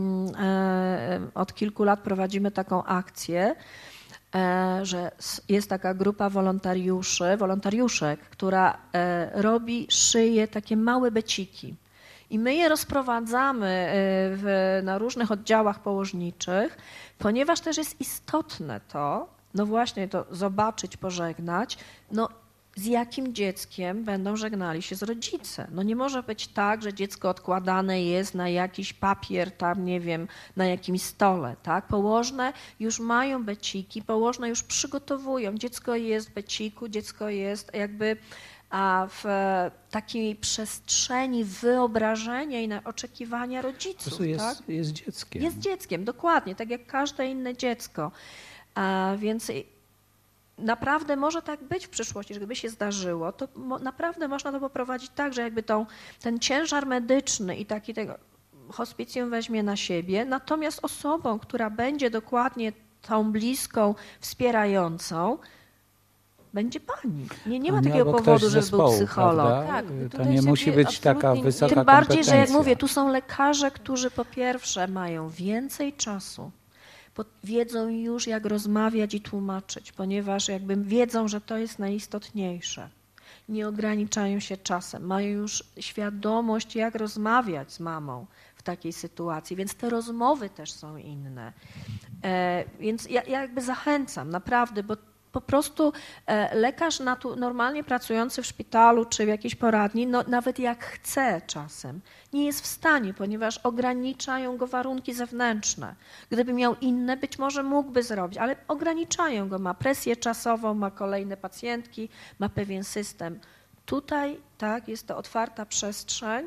od kilku lat prowadzimy taką akcję, że jest taka grupa wolontariuszy, wolontariuszek, która robi, szyje takie małe beciki. I my je rozprowadzamy w, na różnych oddziałach położniczych, ponieważ też jest istotne to, no właśnie to zobaczyć, pożegnać, no z jakim dzieckiem będą żegnali się z rodzice. No nie może być tak, że dziecko odkładane jest na jakiś papier tam, nie wiem, na jakimś stole, tak? Położne już mają beciki, położne już przygotowują. Dziecko jest w beciku, dziecko jest jakby a w takiej przestrzeni wyobrażenia i na oczekiwania rodziców. Jest, tak? jest dzieckiem. Jest dzieckiem, dokładnie, tak jak każde inne dziecko. A więc naprawdę może tak być w przyszłości, że gdyby się zdarzyło, to mo, naprawdę można to poprowadzić tak, że jakby tą, ten ciężar medyczny i taki tego hospicjum weźmie na siebie, natomiast osobą, która będzie dokładnie tą bliską, wspierającą, będzie pani. Nie, nie ma nie, takiego powodu, żeby był psycholog. Tak, to nie musi być taka wysoka Tym bardziej, że jak kompetencja. mówię, tu są lekarze, którzy po pierwsze mają więcej czasu, wiedzą już, jak rozmawiać i tłumaczyć, ponieważ jakby wiedzą, że to jest najistotniejsze. Nie ograniczają się czasem, mają już świadomość, jak rozmawiać z mamą w takiej sytuacji, więc te rozmowy też są inne. E, więc ja, ja jakby zachęcam, naprawdę, bo po prostu lekarz normalnie pracujący w szpitalu czy w jakiejś poradni, no nawet jak chce czasem, nie jest w stanie, ponieważ ograniczają go warunki zewnętrzne. Gdyby miał inne, być może mógłby zrobić, ale ograniczają go, ma presję czasową, ma kolejne pacjentki, ma pewien system. Tutaj tak, jest to otwarta przestrzeń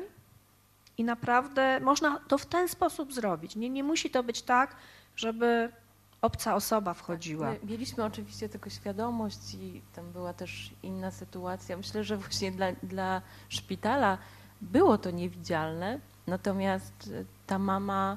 i naprawdę można to w ten sposób zrobić. Nie, nie musi to być tak, żeby obca osoba wchodziła. My mieliśmy oczywiście tego świadomość i tam była też inna sytuacja. Myślę, że właśnie dla, dla szpitala było to niewidzialne, natomiast ta mama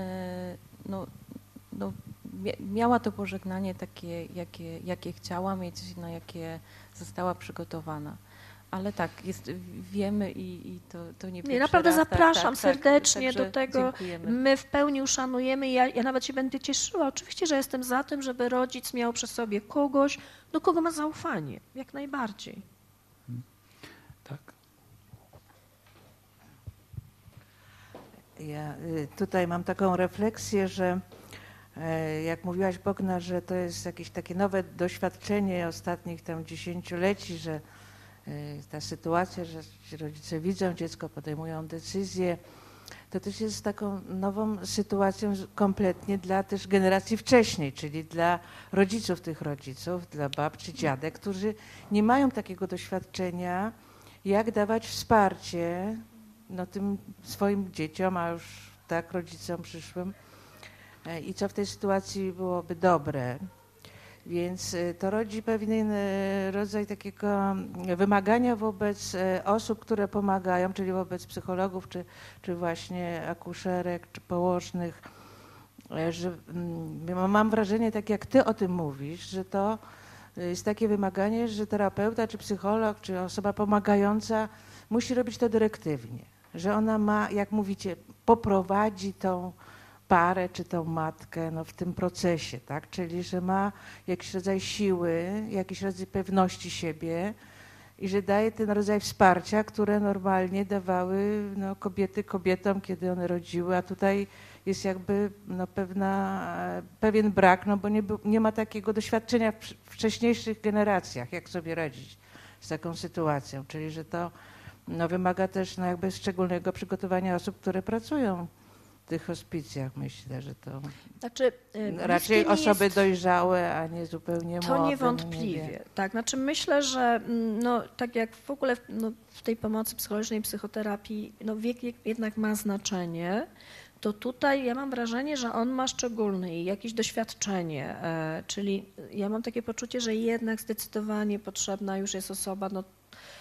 no, no, miała to pożegnanie takie, jakie, jakie chciała mieć, na jakie została przygotowana. Ale tak, jest, wiemy i, i to, to nie Nie, naprawdę zapraszam tak, serdecznie tak, do tego. Dziękujemy. My w pełni uszanujemy. Ja, ja nawet się będę cieszyła. Oczywiście, że jestem za tym, żeby rodzic miał przy sobie kogoś, do kogo ma zaufanie. Jak najbardziej. Tak. Ja tutaj mam taką refleksję, że jak mówiłaś, Bogna, że to jest jakieś takie nowe doświadczenie ostatnich tam dziesięcioleci, że ta sytuacja, że rodzice widzą dziecko, podejmują decyzje, to też jest taką nową sytuacją kompletnie dla też generacji wcześniej, czyli dla rodziców tych rodziców, dla babci, dziadek, którzy nie mają takiego doświadczenia, jak dawać wsparcie no, tym swoim dzieciom, a już tak rodzicom przyszłym i co w tej sytuacji byłoby dobre. Więc to rodzi pewien rodzaj takiego wymagania wobec osób, które pomagają, czyli wobec psychologów, czy, czy właśnie akuszerek, czy położnych, że mam wrażenie, tak jak ty o tym mówisz, że to jest takie wymaganie, że terapeuta, czy psycholog, czy osoba pomagająca musi robić to dyrektywnie, że ona ma, jak mówicie, poprowadzi tą parę czy tą matkę no, w tym procesie, tak? Czyli że ma jakiś rodzaj siły, jakiś rodzaj pewności siebie i że daje ten rodzaj wsparcia, które normalnie dawały no, kobiety kobietom, kiedy one rodziły, a tutaj jest jakby no, pewna, pewien brak, no bo nie, nie ma takiego doświadczenia w wcześniejszych generacjach, jak sobie radzić z taką sytuacją, czyli że to no, wymaga też no, jakby szczególnego przygotowania osób, które pracują w tych hospicjach. Myślę, że to znaczy, raczej osoby jest, dojrzałe, a nie zupełnie to młode. To niewątpliwie. Nie tak, znaczy myślę, że no, tak jak w ogóle no, w tej pomocy psychologicznej, psychoterapii, no, wiek jednak ma znaczenie, to tutaj ja mam wrażenie, że on ma szczególne i jakieś doświadczenie, e, czyli ja mam takie poczucie, że jednak zdecydowanie potrzebna już jest osoba, no,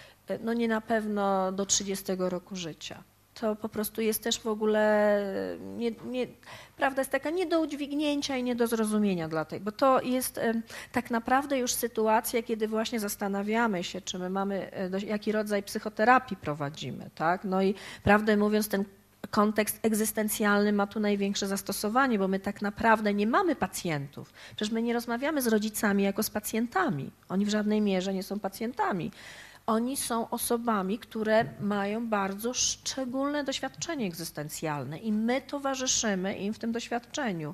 no nie na pewno do trzydziestego roku życia. To po prostu jest też w ogóle, nie, nie, prawda jest taka nie do udźwignięcia i nie do zrozumienia dla tej, bo to jest e, tak naprawdę już sytuacja, kiedy właśnie zastanawiamy się, czy my mamy, e, do, jaki rodzaj psychoterapii prowadzimy, tak? No i prawdę mówiąc ten kontekst egzystencjalny ma tu największe zastosowanie, bo my tak naprawdę nie mamy pacjentów. Przecież my nie rozmawiamy z rodzicami jako z pacjentami. Oni w żadnej mierze nie są pacjentami. Oni są osobami, które mają bardzo szczególne doświadczenie egzystencjalne i my towarzyszymy im w tym doświadczeniu.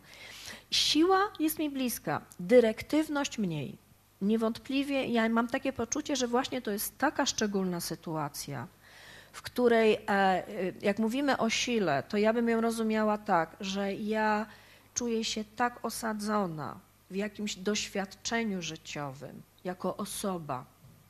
Siła jest mi bliska, dyrektywność mniej. Niewątpliwie ja mam takie poczucie, że właśnie to jest taka szczególna sytuacja, w której, jak mówimy o sile, to ja bym ją rozumiała tak, że ja czuję się tak osadzona w jakimś doświadczeniu życiowym jako osoba,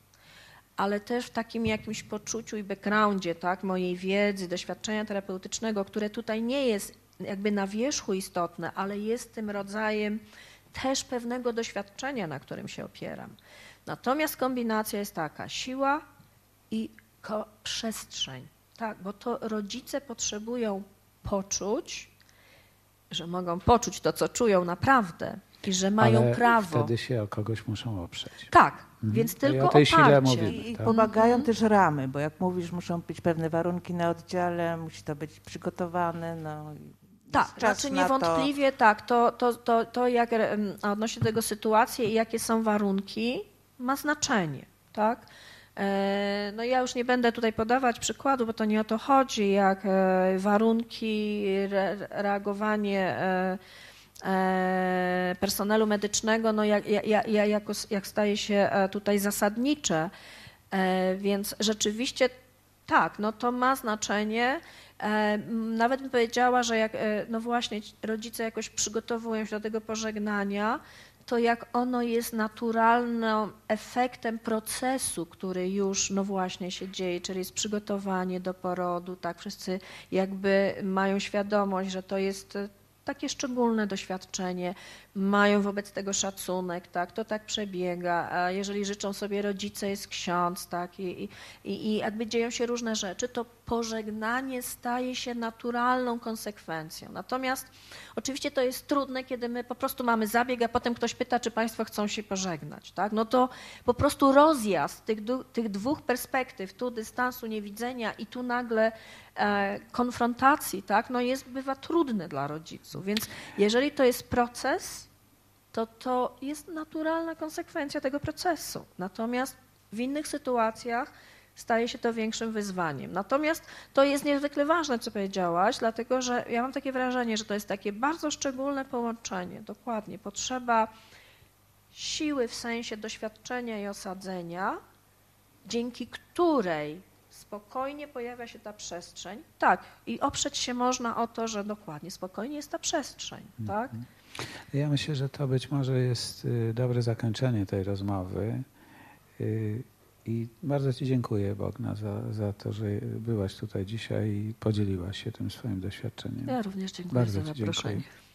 ale też w takim jakimś poczuciu i backgroundzie, tak, mojej wiedzy, doświadczenia terapeutycznego, które tutaj nie jest jakby na wierzchu istotne, ale jest tym rodzajem też pewnego doświadczenia, na którym się opieram. Natomiast kombinacja jest taka, siła i przestrzeń, tak, bo to rodzice potrzebują poczuć, że mogą poczuć to, co czują naprawdę i że mają ale prawo. Wtedy się o kogoś muszą oprzeć. Tak, mhm. więc tylko I o tej sile oparcie. mówimy, I tak? pomagają mhm. też ramy, bo jak mówisz, muszą być pewne warunki na oddziale, musi to być przygotowane. No, tak, znaczy niewątpliwie to. tak, to, to, to, to jak odnośnie do tego sytuacji i jakie są warunki, ma znaczenie, tak? No ja już nie będę tutaj podawać przykładu, bo to nie o to chodzi, jak warunki, reagowanie personelu medycznego, no jak, jak, jak, jak staje się tutaj zasadnicze, więc rzeczywiście tak, no to ma znaczenie. Nawet bym powiedziała, że jak no właśnie rodzice jakoś przygotowują się do tego pożegnania, to jak ono jest naturalnym efektem procesu, który już no właśnie się dzieje, czyli jest przygotowanie do porodu, tak, wszyscy jakby mają świadomość, że to jest takie szczególne doświadczenie, mają wobec tego szacunek, tak, to tak przebiega, a jeżeli życzą sobie rodzice, jest ksiądz, tak, i, i, i jakby dzieją się różne rzeczy, to pożegnanie staje się naturalną konsekwencją. Natomiast oczywiście to jest trudne, kiedy my po prostu mamy zabieg, a potem ktoś pyta, czy państwo chcą się pożegnać, tak, no to po prostu rozjazd tych, tych dwóch perspektyw, tu dystansu niewidzenia i tu nagle e, konfrontacji, tak, no jest, bywa trudny dla rodziców, więc jeżeli to jest proces, to to jest naturalna konsekwencja tego procesu. Natomiast w innych sytuacjach staje się to większym wyzwaniem. Natomiast to jest niezwykle ważne, co powiedziałaś, dlatego że ja mam takie wrażenie, że to jest takie bardzo szczególne połączenie, dokładnie, potrzeba siły w sensie doświadczenia i osadzenia, dzięki której spokojnie pojawia się ta przestrzeń. Tak, i oprzeć się można o to, że dokładnie, spokojnie jest ta przestrzeń, tak? Ja myślę, że to być może jest dobre zakończenie tej rozmowy i bardzo Ci dziękuję, Bogna, za, za to, że byłaś tutaj dzisiaj i podzieliłaś się tym swoim doświadczeniem. Ja również dziękuję bardzo za Ci zaproszenie. Dziękuję.